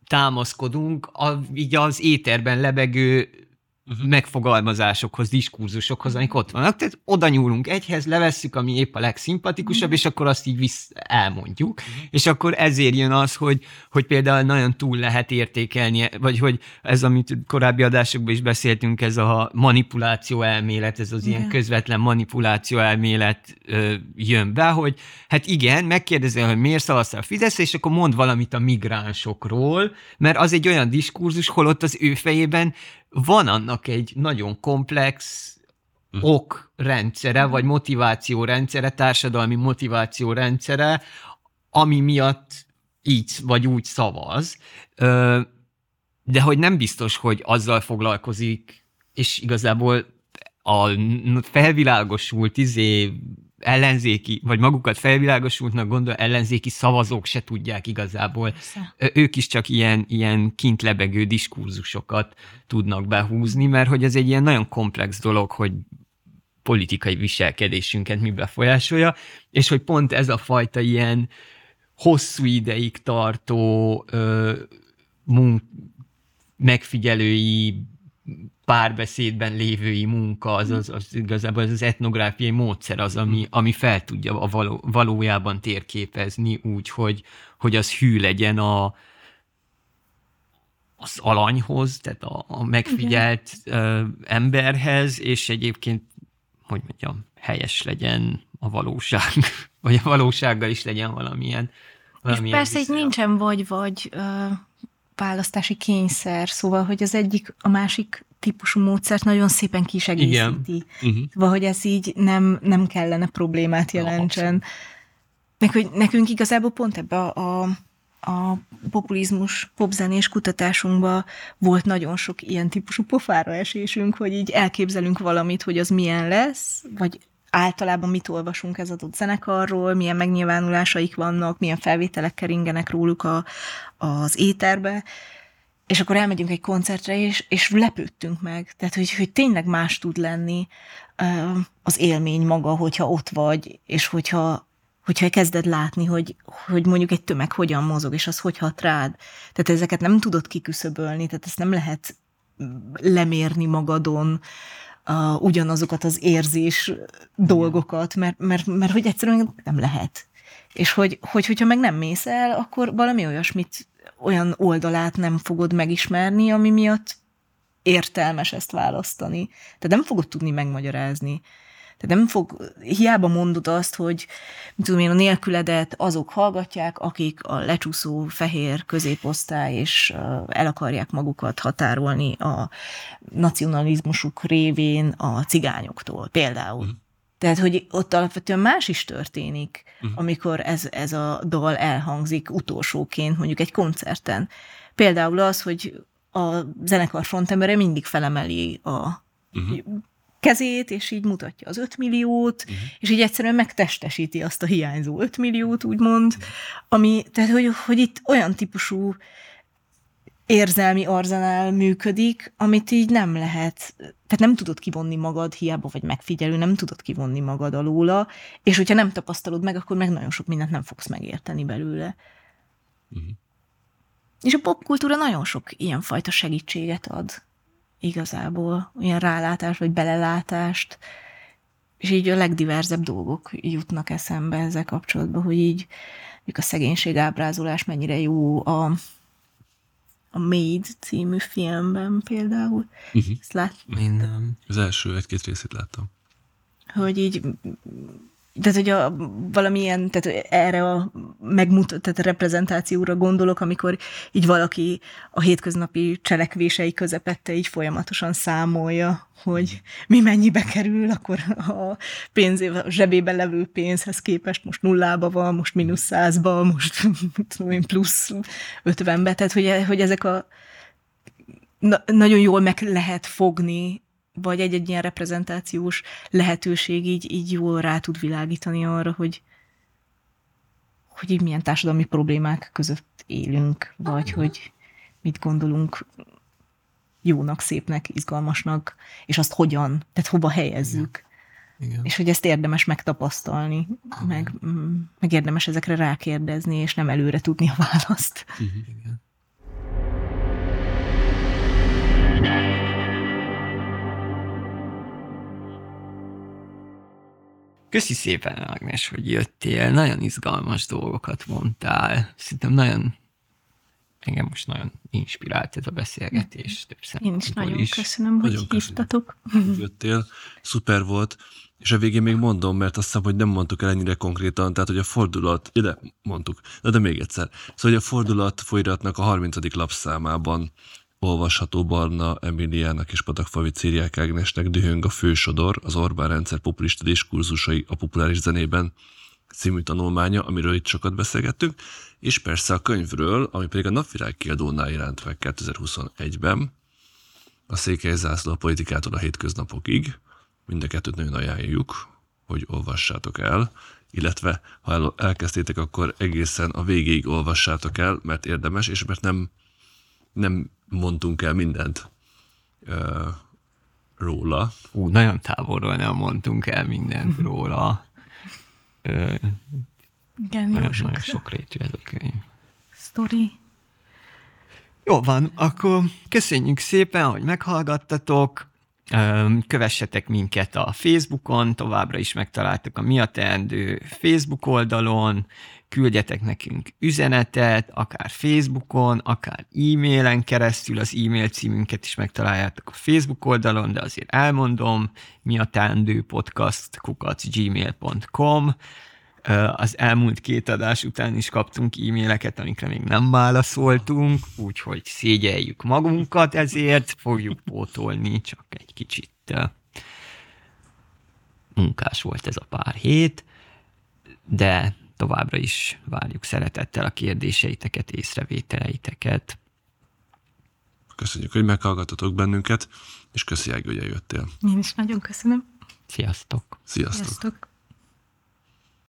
támaszkodunk a, így az éterben lebegő uh-huh. megfogalmazásokhoz, diskurzusokhoz, amik ott vannak. Tehát oda nyúlunk egyhez, levesszük, ami épp a legszimpatikusabb, uh-huh. és akkor azt így visz, elmondjuk. Uh-huh. És akkor ezért jön az, hogy, hogy például nagyon túl lehet értékelni, vagy hogy ez, amit korábbi adásokban is beszéltünk, ez a manipuláció elmélet, ez az igen. ilyen közvetlen manipuláció elmélet ö, jön be, hogy hát igen, megkérdezel, hogy miért szavaztál a Fideszre, és akkor mond valamit a migránsokról, mert az egy olyan diskurzus, holott az ő fejében van annak egy nagyon komplex okrendszere, vagy motivációrendszere, társadalmi motivációrendszere, ami miatt így vagy úgy szavaz, de hogy nem biztos, hogy azzal foglalkozik, és igazából a felvilágosult izé ellenzéki, vagy magukat felvilágosultnak gondol ellenzéki szavazók se tudják igazából. Persze. Ők is csak ilyen, ilyen kint lebegő diskurzusokat tudnak behúzni, mert hogy ez egy ilyen nagyon komplex dolog, hogy politikai viselkedésünket mi befolyásolja, és hogy pont ez a fajta ilyen hosszú ideig tartó ö, munk, megfigyelői párbeszédben lévői munka, az, az, az igazából az, az etnográfiai módszer az, ami, ami fel tudja a való, valójában térképezni úgy, hogy, hogy az hű legyen a, az alanyhoz, tehát a, a megfigyelt uh, emberhez, és egyébként, hogy mondjam, helyes legyen a valóság, vagy a valósággal is legyen valamilyen, valamilyen és persze itt nincsen vagy-vagy uh, választási kényszer, szóval, hogy az egyik, a másik típusú módszert nagyon szépen ki is egészíti. Uh-huh. Szóval, hogy ez így nem, nem kellene problémát jelentsen. Ja, meg, hogy nekünk igazából pont ebbe a, a, a populizmus, popzenés kutatásunkban volt nagyon sok ilyen típusú pofára esésünk, hogy így elképzelünk valamit, hogy az milyen lesz, vagy általában mit olvasunk ez adott zenekarról, milyen megnyilvánulásaik vannak, milyen felvételek keringenek róluk a, az éterbe, és akkor elmegyünk egy koncertre, és, és lepődtünk meg. Tehát, hogy, hogy tényleg más tud lenni az élmény maga, hogyha ott vagy, és hogyha, hogyha kezded látni, hogy, hogy mondjuk egy tömeg hogyan mozog, és az hogy hat rád. Tehát ezeket nem tudod kiküszöbölni, tehát ezt nem lehet lemérni magadon, Uh, ugyanazokat az érzés dolgokat, mert, mert, mert hogy egyszerűen nem lehet. És hogy, hogy, hogyha meg nem mész el, akkor valami olyasmit, olyan oldalát nem fogod megismerni, ami miatt értelmes ezt választani. Tehát nem fogod tudni megmagyarázni. Tehát nem fog, hiába mondod azt, hogy mit tudom én, a nélküledet azok hallgatják, akik a lecsúszó fehér középosztály, és el akarják magukat határolni a nacionalizmusuk révén a cigányoktól, például. Mm. Tehát, hogy ott alapvetően más is történik, mm. amikor ez, ez a dal elhangzik utolsóként, mondjuk egy koncerten. Például az, hogy a zenekar frontembere mindig felemeli a mm. kezét, és így mutatja az ötmilliót, uh-huh. és így egyszerűen megtestesíti azt a hiányzó ötmilliót, úgymond, ami, tehát, hogy, hogy itt olyan típusú érzelmi arzenál működik, amit így nem lehet, tehát nem tudod kivonni magad, hiába vagy megfigyelő, nem tudod kivonni magad alóla, és hogyha nem tapasztalod meg, akkor meg nagyon sok mindent nem fogsz megérteni belőle. Uh-huh. És a popkultúra nagyon sok ilyenfajta segítséget ad. Igazából olyan rálátást, vagy belelátást, és így a legdiverzebb dolgok jutnak eszembe ezzel kapcsolatban, hogy így a szegénység ábrázolás mennyire jó a, a Maid című filmben például. Uh-huh. Ezt lát... Én nem. Az első egy-két részét láttam. Hogy így, tehát hogy a, valamilyen, tehát erre a megmutat, tehát a reprezentációra gondolok, amikor így valaki a hétköznapi cselekvései közepette így folyamatosan számolja, hogy mi mennyibe kerül, akkor a pénzé, a zsebében levő pénzhez képest most nullába van, most mínusz százba, most tudom én, plusz ötvenbe, tehát hogy, hogy ezek a na, nagyon jól meg lehet fogni, vagy egy-egy ilyen reprezentációs lehetőség így, így jól rá tud világítani arra, hogy, hogy így milyen társadalmi problémák között élünk, vagy hogy mit gondolunk jónak, szépnek, izgalmasnak, és azt hogyan, tehát hova helyezzük. Igen. Igen. És hogy ezt érdemes megtapasztalni, meg, meg érdemes ezekre rákérdezni, és nem előre tudni a választ. Igen. Köszi szépen, Ágnes, hogy jöttél. Nagyon izgalmas dolgokat mondtál. Szerintem nagyon, engem most nagyon inspirált ez a beszélgetés. Én is nagyon is. köszönöm, hogy Nagyon hívtatok. köszönöm. Jöttél, szuper volt, és a végén még mondom, mert azt hiszem, hogy nem mondtuk el ennyire konkrétan, tehát hogy a fordulat, ide mondtuk, de, de még egyszer. Szóval, hogy a fordulat folyratnak a harmincadik lapszámában olvasható Barna Emiliának és Patakfalvi Cériák Ágnesnek Dühöng a fősodor, az Orbán rendszer populista diskurzusai a populáris zenében című tanulmánya, amiről itt sokat beszélgettünk, és persze a könyvről, ami pedig a Napvilág kiadónál jelent meg kétezer-huszonegyben, a Székely zászló a politikától a hétköznapokig. Mind a kettőt nagyon ajánljuk, hogy olvassátok el, illetve ha el, elkezdtétek, akkor egészen a végéig olvassátok el, mert érdemes, és mert nem, nem mondtunk el mindent uh, róla. Ú, nagyon távolról nem mondtunk el mindent róla. Ö, Igen, nagyon, jó sok, nagyon sok rétű ez a könyv. sztori. Jó van, akkor köszönjük szépen, hogy meghallgattatok. Kövessetek minket a Facebookon, továbbra is megtaláltok a Mi a Teendő Facebook oldalon, küldjetek nekünk üzenetet, akár Facebookon, akár e-mailen keresztül, az e-mail címünket is megtaláljátok a Facebook oldalon, de azért elmondom, mi a teendő podcast kukac gmail pont com. Az elmúlt két adás után is kaptunk e-maileket, amikre még nem válaszoltunk, úgyhogy szégyeljük magunkat ezért, fogjuk pótolni, csak egy kicsit munkás volt ez a pár hét, de továbbra is várjuk szeretettel a kérdéseiteket, észrevételeiteket. Köszönjük, hogy meghallgatotok bennünket, és köszi, Ági, hogy eljöttél. Én is nagyon köszönöm. Sziasztok! Sziasztok! Sziasztok!